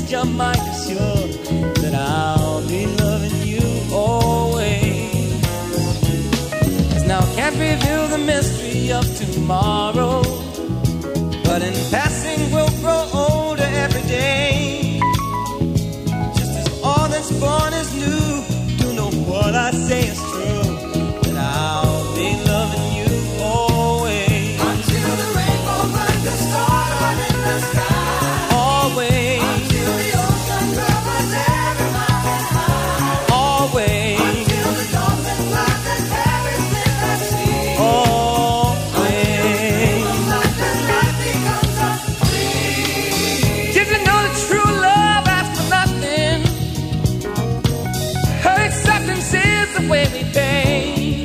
least your mind is sure that I'll be loving you always. 'Cause now I can't reveal the mystery of tomorrow, but in passing we'll grow older every day. Just as all that's born is new, do know what I say is true, that I'll be loving you always. Until the rainbow burns the stars in the sky. Always. Until the ocean covers every mountain high. Always. Until the dolphin flies and carries in the sea. Always. Life becomes a free. Did you know that true love asks for nothing? Her acceptance is the way we pay.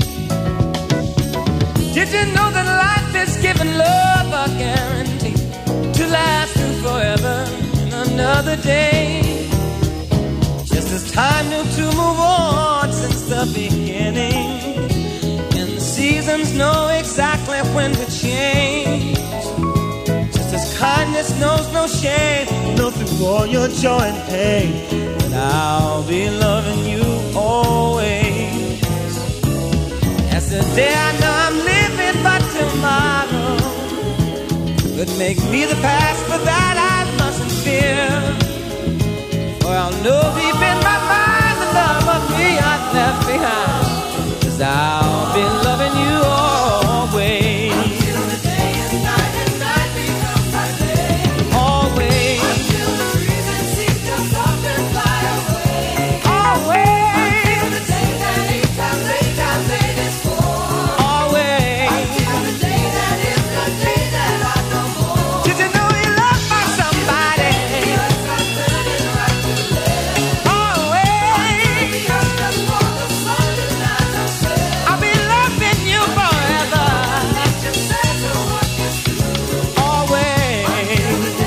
Did you know that life is giving love a guarantee to last through forever in another day? Just as time knew to move on since the beginning, and the seasons know exactly when to change. Just as kindness knows no shame, know through all your joy and pain, that I'll be loving you always. As the day I know I'm living, but tomorrow could make me the past, but that I mustn't fear. For I'll know deep in my mind the love of me I've left behind. 'Cause I'll be loving you always. Until the day is night and night becomes a day. Always. Until the trees and seas just up and fly away. Always. Until the day that each time made is full. Always. Until the day that is the day that I know more. Did you know you loved by somebody? Always. I'll be loving you forever. Always.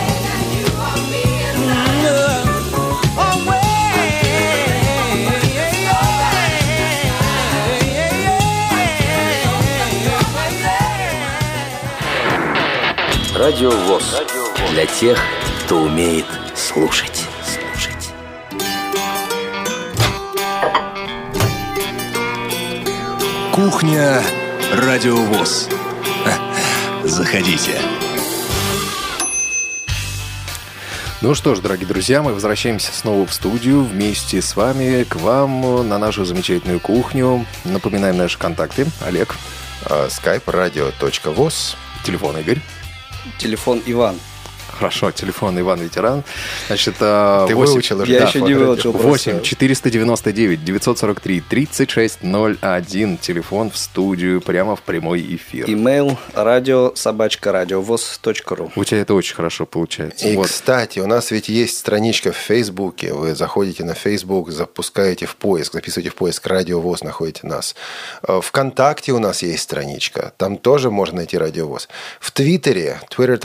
Радио ВОС. Для тех, кто умеет слушать. Кухня Радио ВОС. Заходите. Ну что ж, дорогие друзья, мы возвращаемся снова в студию вместе с вами, к вам, на нашу замечательную кухню. Напоминаем наши контакты. Олег. Skype radio.voz. Телефон Игорь. Телефон Иван. Хорошо, телефон Иван Ветеран. Значит, Ты выучил уже? Я еще не выучил. 8 499 943 3601. Телефон в студию, прямо в прямой эфир. Имейл radio@radiovoz.ru. У тебя это очень хорошо получается. И, Вот. кстати, у нас ведь есть страничка в Фейсбуке. Вы заходите на Фейсбук, запускаете в поиск, записываете в поиск «Радио ВОС», находите нас. ВКонтакте у нас есть страничка. Там тоже можно найти «Радио ВОС». В Твиттере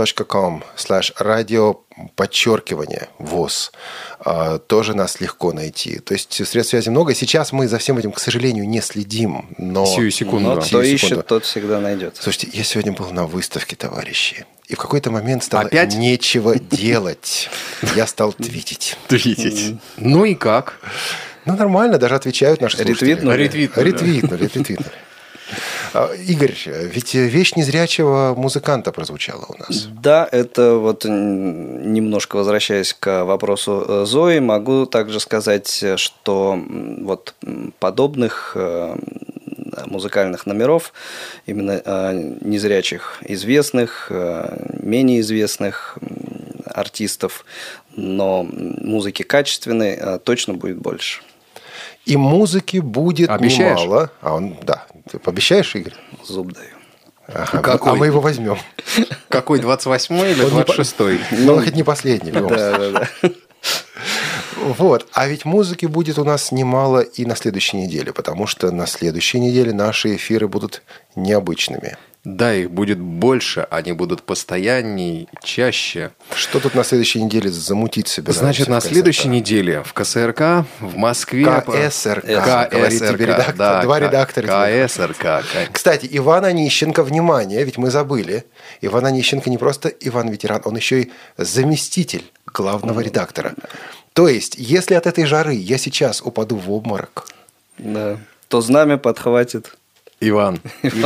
twitter.com/radio_ВОС тоже нас легко найти. То есть средств связи много. Сейчас мы за всем этим, к сожалению, не следим. Но Сию секунду. Но кто ищет, тот всегда найдет. Слушайте, я сегодня был на выставке, товарищи. И в какой-то момент стало Опять? нечего делать. Я стал твитить. Твитить. Ну и как? Ну, нормально, даже отвечают наши слушатели. Ретвитнули. Игорь, ведь вещь незрячего музыканта прозвучала у нас. Да, это вот немножко возвращаясь к вопросу Зои, могу также сказать, что вот подобных музыкальных номеров, именно незрячих, известных, менее известных артистов, но музыки качественной точно будет больше. И музыки будет Обещаешь? немало. Да. Ты пообещаешь, Игорь? Зуб даю. Ага, Какой? а мы его возьмем. Какой, 28-й или 26-й? Но он хоть не последний. Да. Вот. А ведь музыки будет у нас немало и на следующей неделе, потому что на следующей неделе наши эфиры будут необычными. Да, их будет больше, они будут постоянней, чаще. Что тут на следующей неделе замутить собираемся? Значит, на следующей неделе в КСРК в Москве... КСРК, говорит тебе редактор. да, Два редактора. КСРК. Кстати, Иван Онищенко, внимание, ведь мы забыли. Иван Онищенко не просто Иван Ветеран, он еще и заместитель главного редактора. То есть, если от этой жары я сейчас упаду в обморок... Да. То знамя подхватит Иван.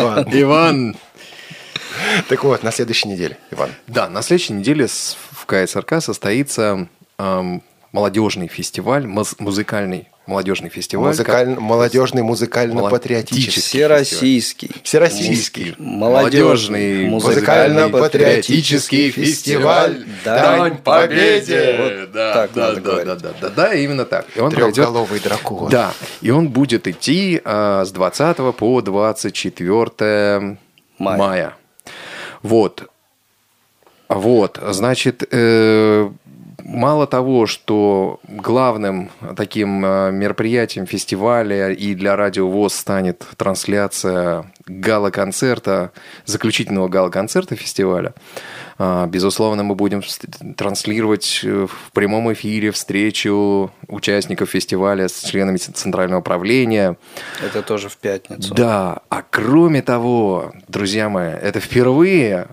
Так вот, на следующей неделе, Иван. Да, на следующей неделе в КСРК состоится молодежный фестиваль, музыкальный молодежный фестиваль. Молодежный музыкально-патриотический. Всероссийский. Молодежный музыкально-патриотический фестиваль Дань Победе! Вот так надо говорить. Да, именно так. И он Трехголовый дракон. Да, и он будет идти с 20 по 24 мая. Вот, значит, мало того, что главным таким мероприятием фестиваля и для Радио ВОС станет трансляция гала-концерта, заключительного гала-концерта фестиваля, безусловно, мы будем транслировать в прямом эфире встречу участников фестиваля с членами Центрального правления. Это тоже в пятницу. Да, а кроме того, друзья мои, это впервые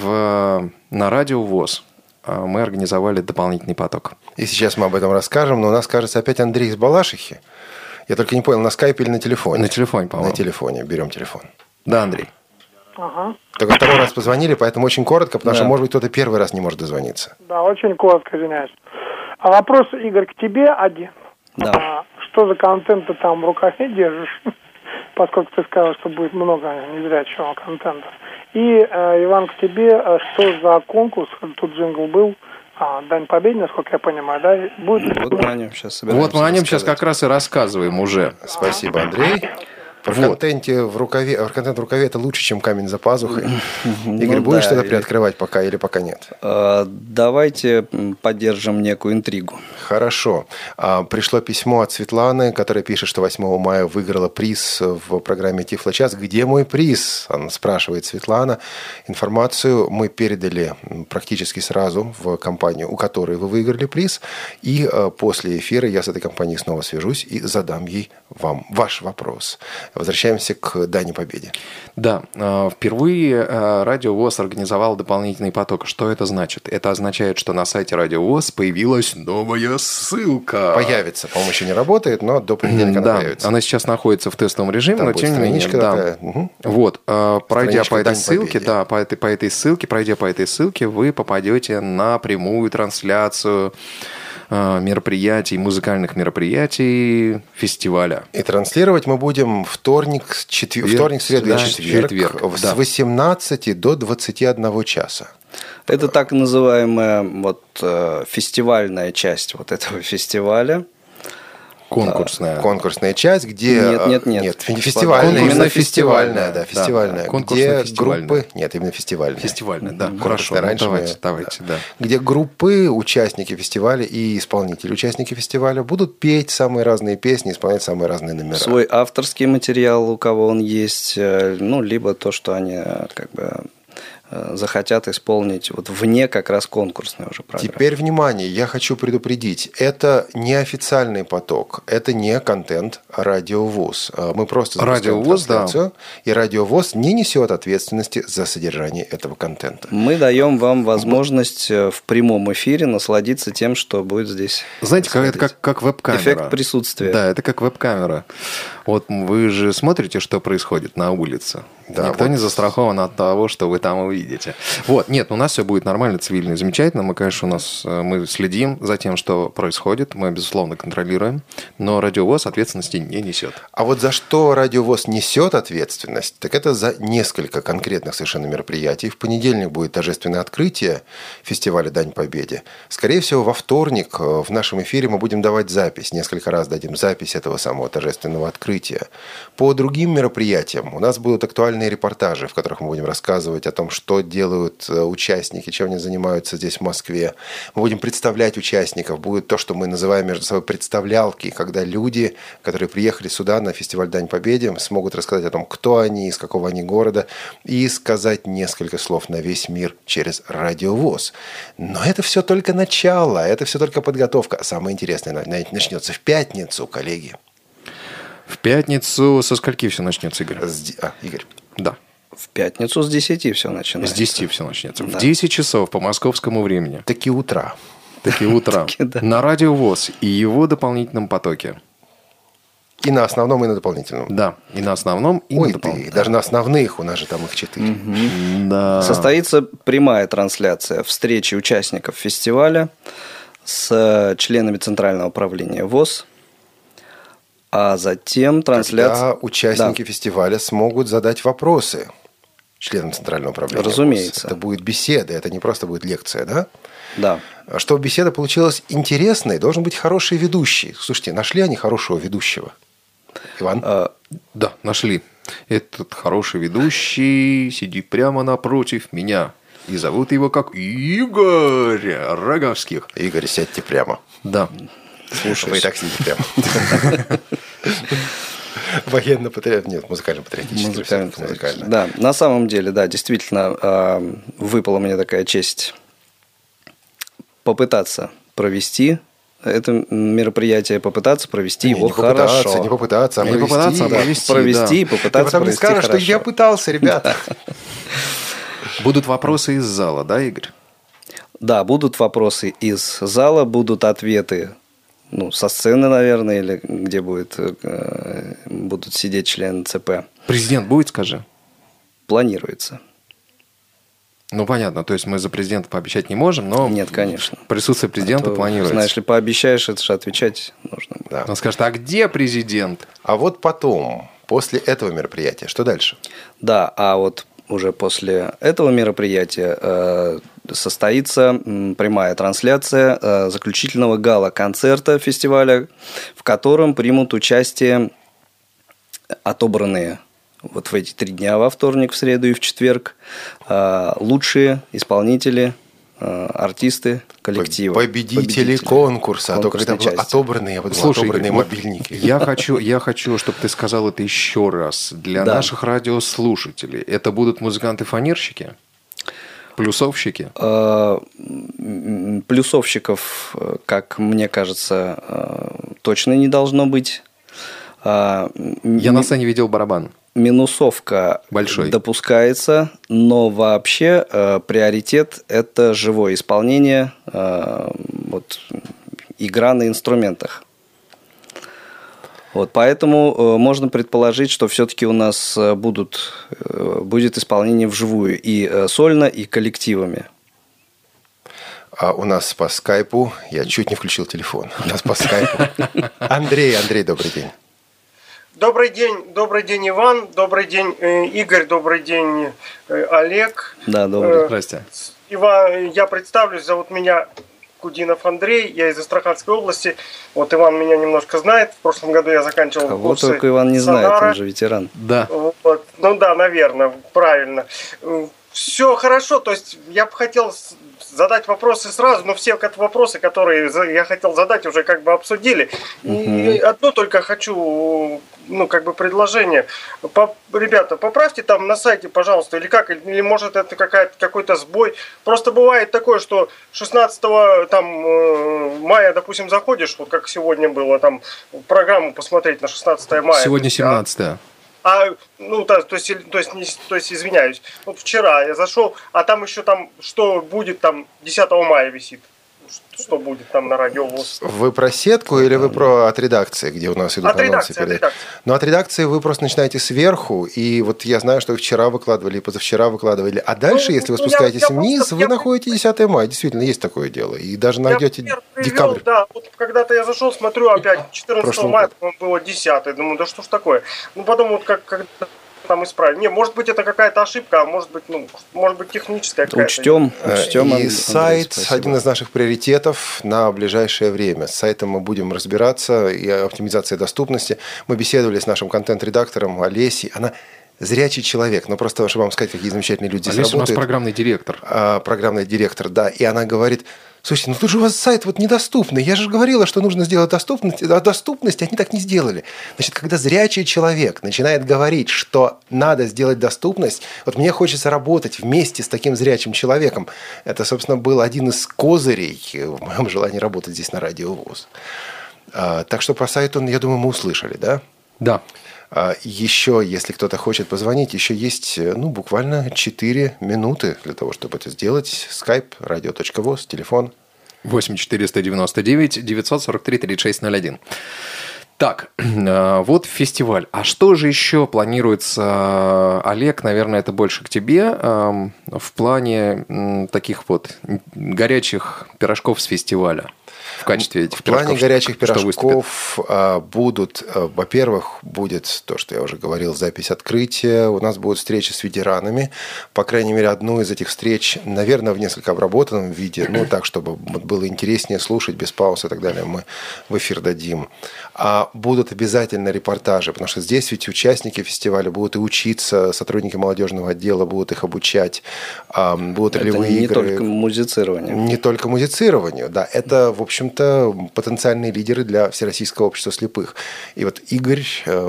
на Радио ВОС мы организовали дополнительный поток. И сейчас мы об этом расскажем, но у нас, кажется, опять Андрей из Балашихи. Я только не понял, на скайпе или на телефоне? На телефоне, по-моему. На телефоне. Берем телефон. Да, Андрей. Ага. Только второй раз позвонили, поэтому очень коротко, потому что, может быть, кто-то первый раз не может дозвониться. Да, очень коротко, извиняюсь. А вопрос, Игорь, к тебе один. Да. Что за контент ты там в руках не держишь? Поскольку ты сказал, что будет много незрячего контента. И, Иван, к тебе, что за конкурс? Тут джингл был. Дань Победы, насколько я понимаю, да? Будет... Вот мы о нем сейчас собираемся. Вот мы о нем сейчас как раз и рассказываем уже. Спасибо, Андрей. Контент в рукаве это лучше, чем камень за пазухой. Игорь, будешь что-то приоткрывать пока или пока нет? Давайте поддержим некую интригу. Хорошо. Пришло письмо от Светланы, которая пишет, что 8 мая выиграла приз в программе «Тифло-час». Где мой приз? Она спрашивает Светлана. Информацию мы передали практически сразу в компанию, у которой вы выиграли приз. И после эфира я с этой компанией снова свяжусь и задам ей вам ваш вопрос. Возвращаемся к Дане Победе. Да, впервые Радио ВОС организовал дополнительный поток. Что это значит? Это означает, что на сайте Радио ВОС появилась новая ссылка. Появится. По-моему, еще не работает, но до понедельника она появится. Она сейчас находится в тестовом режиме, там но тем не менее. Такая. Вот, пройдя по этой ссылке, пройдя по этой ссылке, вы попадете на прямую трансляцию мероприятий, музыкальных мероприятий фестиваля. И транслировать мы будем вторник, среду и четверг с 18 до 21 часа. Это так называемая фестивальная часть вот этого фестиваля. Конкурсная часть, где... Нет. Фестивальная. Именно фестивальная, да, фестивальная. Конкурсная, где группы... Нет, именно фестивальная. Фестивальная, да. Хорошо, давайте, да. Где группы, участники фестиваля и исполнители-участники фестиваля будут петь самые разные песни, исполнять самые разные номера. Свой авторский материал, у кого он есть, либо то, что они захотят исполнить вне как раз конкурсной уже программы. Теперь, внимание, я хочу предупредить. Это не официальный поток, это не контент Радио ВОС. Мы просто запускаем трансляцию, и Радио ВОС не несет ответственности за содержание этого контента. Мы даем вам возможность в прямом эфире насладиться тем, что будет здесь. Знаете, это как веб-камера. Эффект присутствия. Да, это как веб-камера. Вот вы же смотрите, что происходит на улице. Да, никто не застрахован от того, что вы там увидите. Вот, нет, у нас все будет нормально, цивильно и замечательно. Мы, конечно, мы следим за тем, что происходит. Мы, безусловно, контролируем. Но Радио ВОС ответственности не несет. А вот за что Радио ВОС несет ответственность, так это за несколько конкретных совершенно мероприятий. В понедельник будет торжественное открытие фестиваля «Дань Победе». Скорее всего, во вторник в нашем эфире мы будем давать запись. Несколько раз дадим запись этого самого торжественного открытия. По другим мероприятиям у нас будут актуальные репортажи, в которых мы будем рассказывать о том, что делают участники, чем они занимаются здесь, в Москве. Мы будем представлять участников. Будет то, что мы называем между собой представлялки, когда люди, которые приехали сюда на фестиваль «Дань Победе», смогут рассказать о том, кто они, из какого они города, и сказать несколько слов на весь мир через Радио ВОС. Но это все только начало, это все только подготовка. Самое интересное начнется в пятницу, коллеги. В пятницу со скольки все начнется, Игорь? Игорь. Да. В пятницу с 10 все начинается. С 10 все начнется. Да. В 10 часов по московскому времени. Таки утра. Такие утра. На Радио ВОС и его дополнительном потоке. И на основном, и на дополнительном. Да, и на основном, и на дополнительном. Даже на основных, у нас же там их 4. Да. Состоится прямая трансляция встречи участников фестиваля с членами Центрального управления ВОС, а затем трансляция... Когда участники фестиваля смогут задать вопросы членам Центрального управления Разумеется. ВОС. Это будет беседа, это не просто будет лекция, да? Да. Чтобы беседа получилась интересной, должен быть хороший ведущий. Слушайте, нашли они хорошего ведущего? Иван? Да, нашли. Этот хороший ведущий сидит прямо напротив меня. И зовут его как Игорь Роговских. Игорь, сядьте прямо. Да. Слушай, вы и так сидите прямо. Военно-патриотический, нет, музыкально-патриотический. Музыкально. Да, на самом деле, да, действительно, выпала мне такая честь попытаться провести это мероприятие, попытаться провести его хорошо. Не попытаться, а Не попытаться, а провести. Провести и Ты попытаться потом не провести скажешь, что хорошо. я пытался, ребята. Будут вопросы из зала, да, Игорь? Да, будут вопросы из зала, будут ответы, со сцены, наверное, или где будут сидеть члены ЦП. Президент будет, скажи? Планируется. Ну, понятно. То есть, мы за президента пообещать не можем, но... Нет, конечно. Присутствие президента планируется. Знаешь, если пообещаешь, это же отвечать нужно. Да. Он скажет, а где президент? А вот потом, после этого мероприятия, что дальше? Да, а вот уже после этого мероприятия состоится прямая трансляция заключительного гала-концерта фестиваля, в котором примут участие отобранные вот в эти 3 дня, во вторник, в среду и в четверг, лучшие исполнители, артисты коллектива. Победители конкурса. А то когда части. Отобранные, я подумал, Слушай, отобранные Игорь, мобильники. Я хочу, чтобы ты сказал это еще раз. Для наших радиослушателей это будут музыканты-фанерщики? Плюсовщики? Плюсовщиков, как мне кажется, точно не должно быть. Я на сцене видел барабан. Минусовка Большой. допускается, но вообще приоритет – это живое исполнение, игра на инструментах. Вот, поэтому можно предположить, что все-таки у нас будет исполнение вживую и сольно, и коллективами. А у нас по скайпу, я чуть не включил телефон, у нас по скайпу Андрей, добрый день. Добрый день, Иван, добрый день, Игорь, добрый день, Олег. Да, добрый. Здрасте. Иван, я представлюсь, зовут меня Кудинов Андрей, я из Астраханской области. Вот Иван меня немножко знает, в прошлом году я заканчивал Кого курсы только Иван не знает, сонара. он же ветеран. Да. Вот. Ну да, наверное, правильно. Все хорошо, то есть я бы хотел задать вопросы сразу, но все вопросы, которые я хотел задать, уже как бы обсудили. И одно только хочу, предложение. Ребята, поправьте там на сайте, пожалуйста, или может это какой-то сбой. Просто бывает такое, что 16 мая, допустим, заходишь, вот как сегодня было, там программу посмотреть на 16 мая. Сегодня 17-е. То есть, извиняюсь, вот вчера я зашел, а там еще что будет 10 мая висит, что будет там на Радио ВОС. Вы про сетку или вы про от редакции, где у нас идут анонсы? От редакции. Но от редакции вы просто начинаете сверху, и вот я знаю, что вы вчера выкладывали, и позавчера выкладывали, а дальше, если вы спускаетесь вниз, вы находите 10 мая, действительно, есть такое дело, и даже найдете декабрь. Да, вот когда-то я зашел, смотрю, опять 14 мая, по-моему, было 10, думаю, да что ж такое. Потом вот как там исправить. Не, может быть, это какая-то ошибка, а может быть, техническая какая-то. Учтем. И сайт – один из наших приоритетов на ближайшее время. С сайтом мы будем разбираться, и оптимизация доступности. Мы беседовали с нашим контент-редактором Олесей. Она зрячий человек, но просто, чтобы вам сказать, какие замечательные люди здесь Олеся у работают. нас программный директор. Программный директор, да. И она говорит: слушайте, тут же у вас сайт недоступный. Я же говорила, что нужно сделать доступность, а доступность они так не сделали. Значит, когда зрячий человек начинает говорить, что надо сделать доступность, вот мне хочется работать вместе с таким зрячим человеком. Это, собственно, был один из козырей в моем желании работать здесь на Радио ВОС. Так что про сайт, я думаю, мы услышали, да? Да. Еще, если кто-то хочет позвонить, еще есть буквально 4 минуты для того, чтобы это сделать. Skype, radio.voz, телефон 8-499-943-3601. Так, вот фестиваль. А что же еще планируется, Олег, наверное, это больше к тебе, в плане таких вот горячих пирожков с фестиваля? В качестве этих пирожков. В плане горячих пирожков будут, во-первых, будет то, что я уже говорил, запись открытия. У нас будут встречи с ветеранами. По крайней мере, одну из этих встреч, наверное, в несколько обработанном виде, ну, так, чтобы было интереснее слушать, без пауз и так далее, мы в эфир дадим. А будут обязательно репортажи, потому что здесь ведь участники фестиваля будут и учиться, сотрудники молодежного отдела будут их обучать, будут ролевые игры. Это не только музицирование. Не только музицированию, да. Это, в общем-то, потенциальные лидеры для Всероссийского общества слепых. И вот Игорь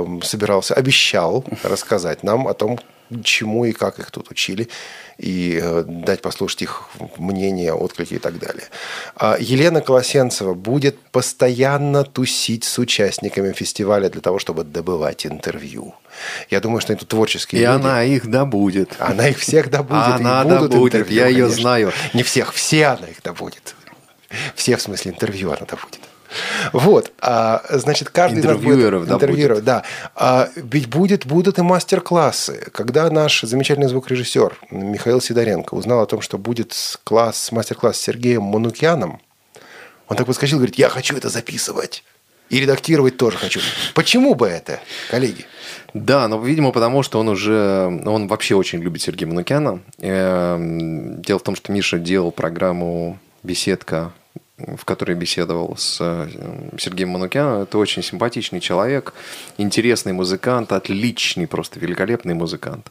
обещал рассказать нам о том, чему и как их тут учили, и дать послушать их мнение, отклики и так далее. Елена Колосенцева будет постоянно тусить с участниками фестиваля для того, чтобы добывать интервью. Я думаю, что это творческие люди. И она их добудет. Она их всех добудет. Она и будут добудет, интервью, я ее конечно. знаю. Не всех, все она их добудет. Все, в смысле, интервью она добудет. Вот, значит, каждый из нас будет интервьюеров, да. Ведь будут и мастер-классы. Когда наш замечательный звукорежиссер Михаил Сидоренко узнал о том, что будет мастер-класс с Сергеем Манукяном, он так подскочил и говорит: я хочу это записывать. И редактировать тоже хочу. Почему бы это, коллеги? Да, но, видимо, потому что он вообще очень любит Сергея Манукяна. Дело в том, что Миша делал программу «Беседка», в которой беседовал с Сергеем Манукяном. Это очень симпатичный человек, интересный музыкант, отличный, просто великолепный музыкант.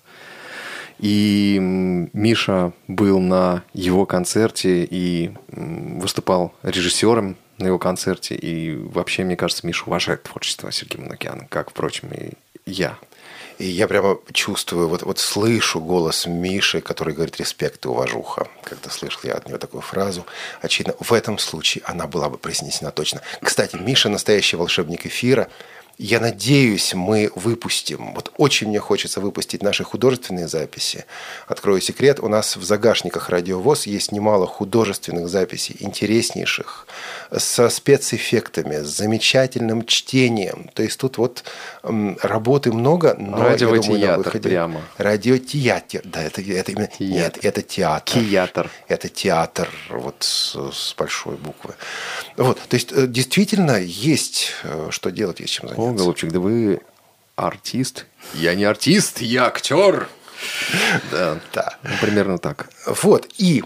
И Миша был на его концерте и выступал режиссером на его концерте. И вообще, мне кажется, Миша уважает творчество Сергея Манукяна, как, впрочем, и я. И я прямо чувствую, вот слышу голос Миши, который говорит «респект и уважуха». Как-то слышал я от него такую фразу. Очевидно, в этом случае она была бы произнесена точно. Кстати, Миша – настоящий волшебник эфира. Я надеюсь, мы выпустим. Вот очень мне хочется выпустить наши художественные записи. Открою секрет, у нас в загашниках Радио ВОС есть немало художественных записей, интереснейших, со спецэффектами, с замечательным чтением. То есть тут вот работы много, но радиотеатр прямо. Радиотеатр. Да, это именно... Нет, это театр. Театр. Это театр вот с большой буквы. Вот, то есть действительно есть что делать, есть чем заняться. О, голубчик, да вы артист. Я не артист, я актер. Да, примерно так. Вот, и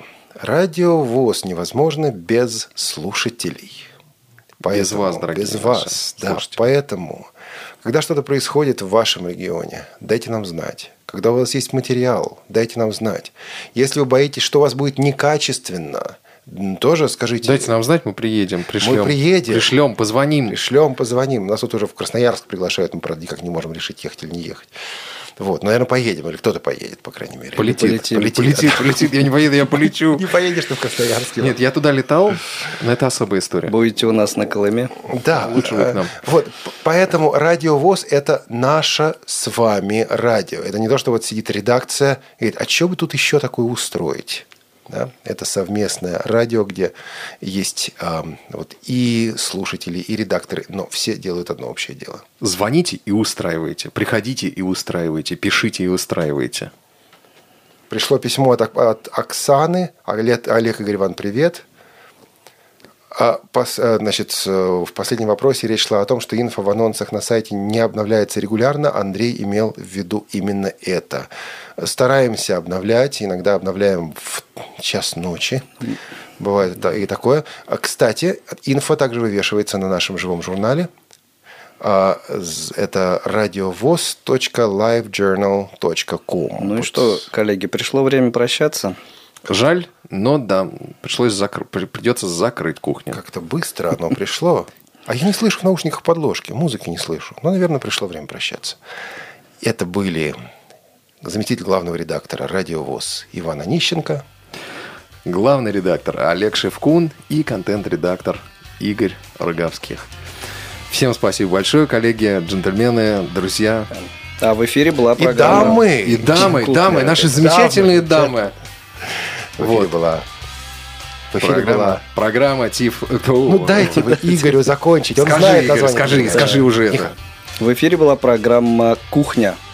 Радио ВОС невозможно без слушателей. Поэтому, без вас, дорогие без вас, да. Поэтому, когда что-то происходит в вашем регионе, дайте нам знать. Когда у вас есть материал, дайте нам знать. Если вы боитесь, что у вас будет некачественно, тоже скажите. Дайте нам знать, мы приедем, пришлем. Мы приедем. Пришлем, позвоним. Позвоним. Нас тут уже в Красноярск приглашают, мы, правда, никак не можем решить, ехать или не ехать. Вот, наверное, поедем, или кто-то поедет, по крайней мере. Полетит. Я не поеду, я полечу. Не поедешь ты в Красноярск. Нет, я туда летал, но это особая история. Будете у нас на Колыме. Да. Лучше вы к нам. Вот, поэтому Радио ВОС – это наше с вами радио. Это не то, что вот сидит редакция и говорит: а что бы тут еще такое устроить? Да? Это совместное радио, где есть вот и слушатели, и редакторы, но все делают одно общее дело. Звоните и устраивайте, приходите и устраивайте, пишите и устраивайте. Пришло письмо от Оксаны. Олег Игорь Иван, привет. Значит, в последнем вопросе речь шла о том, что инфо в анонсах на сайте не обновляется регулярно. Андрей имел в виду именно это. Стараемся обновлять, иногда обновляем в час ночи. Бывает и такое. Кстати, инфо также вывешивается на нашем живом журнале. Это radiovoz.livejournal.com. Ну и что, коллеги, пришло время прощаться. Жаль, но да, придется закрыть кухню. Как-то быстро оно пришло. А я не слышу в наушниках подложки, музыки не слышу. Но, наверное, пришло время прощаться. Это были заместитель главного редактора Радио ВОС Иван Онищенко, главный редактор Олег Шевкун и контент-редактор Игорь Рогавских. Всем спасибо большое, коллеги, джентльмены, друзья. А в эфире была программа... И дамы, наши замечательные дамы. Вот была В эфире была... Программа ТИФ... Ну, дайте вы Игорю закончить. Он скажи, знает Игорь, название. скажи уже это. В эфире была программа «Кухня».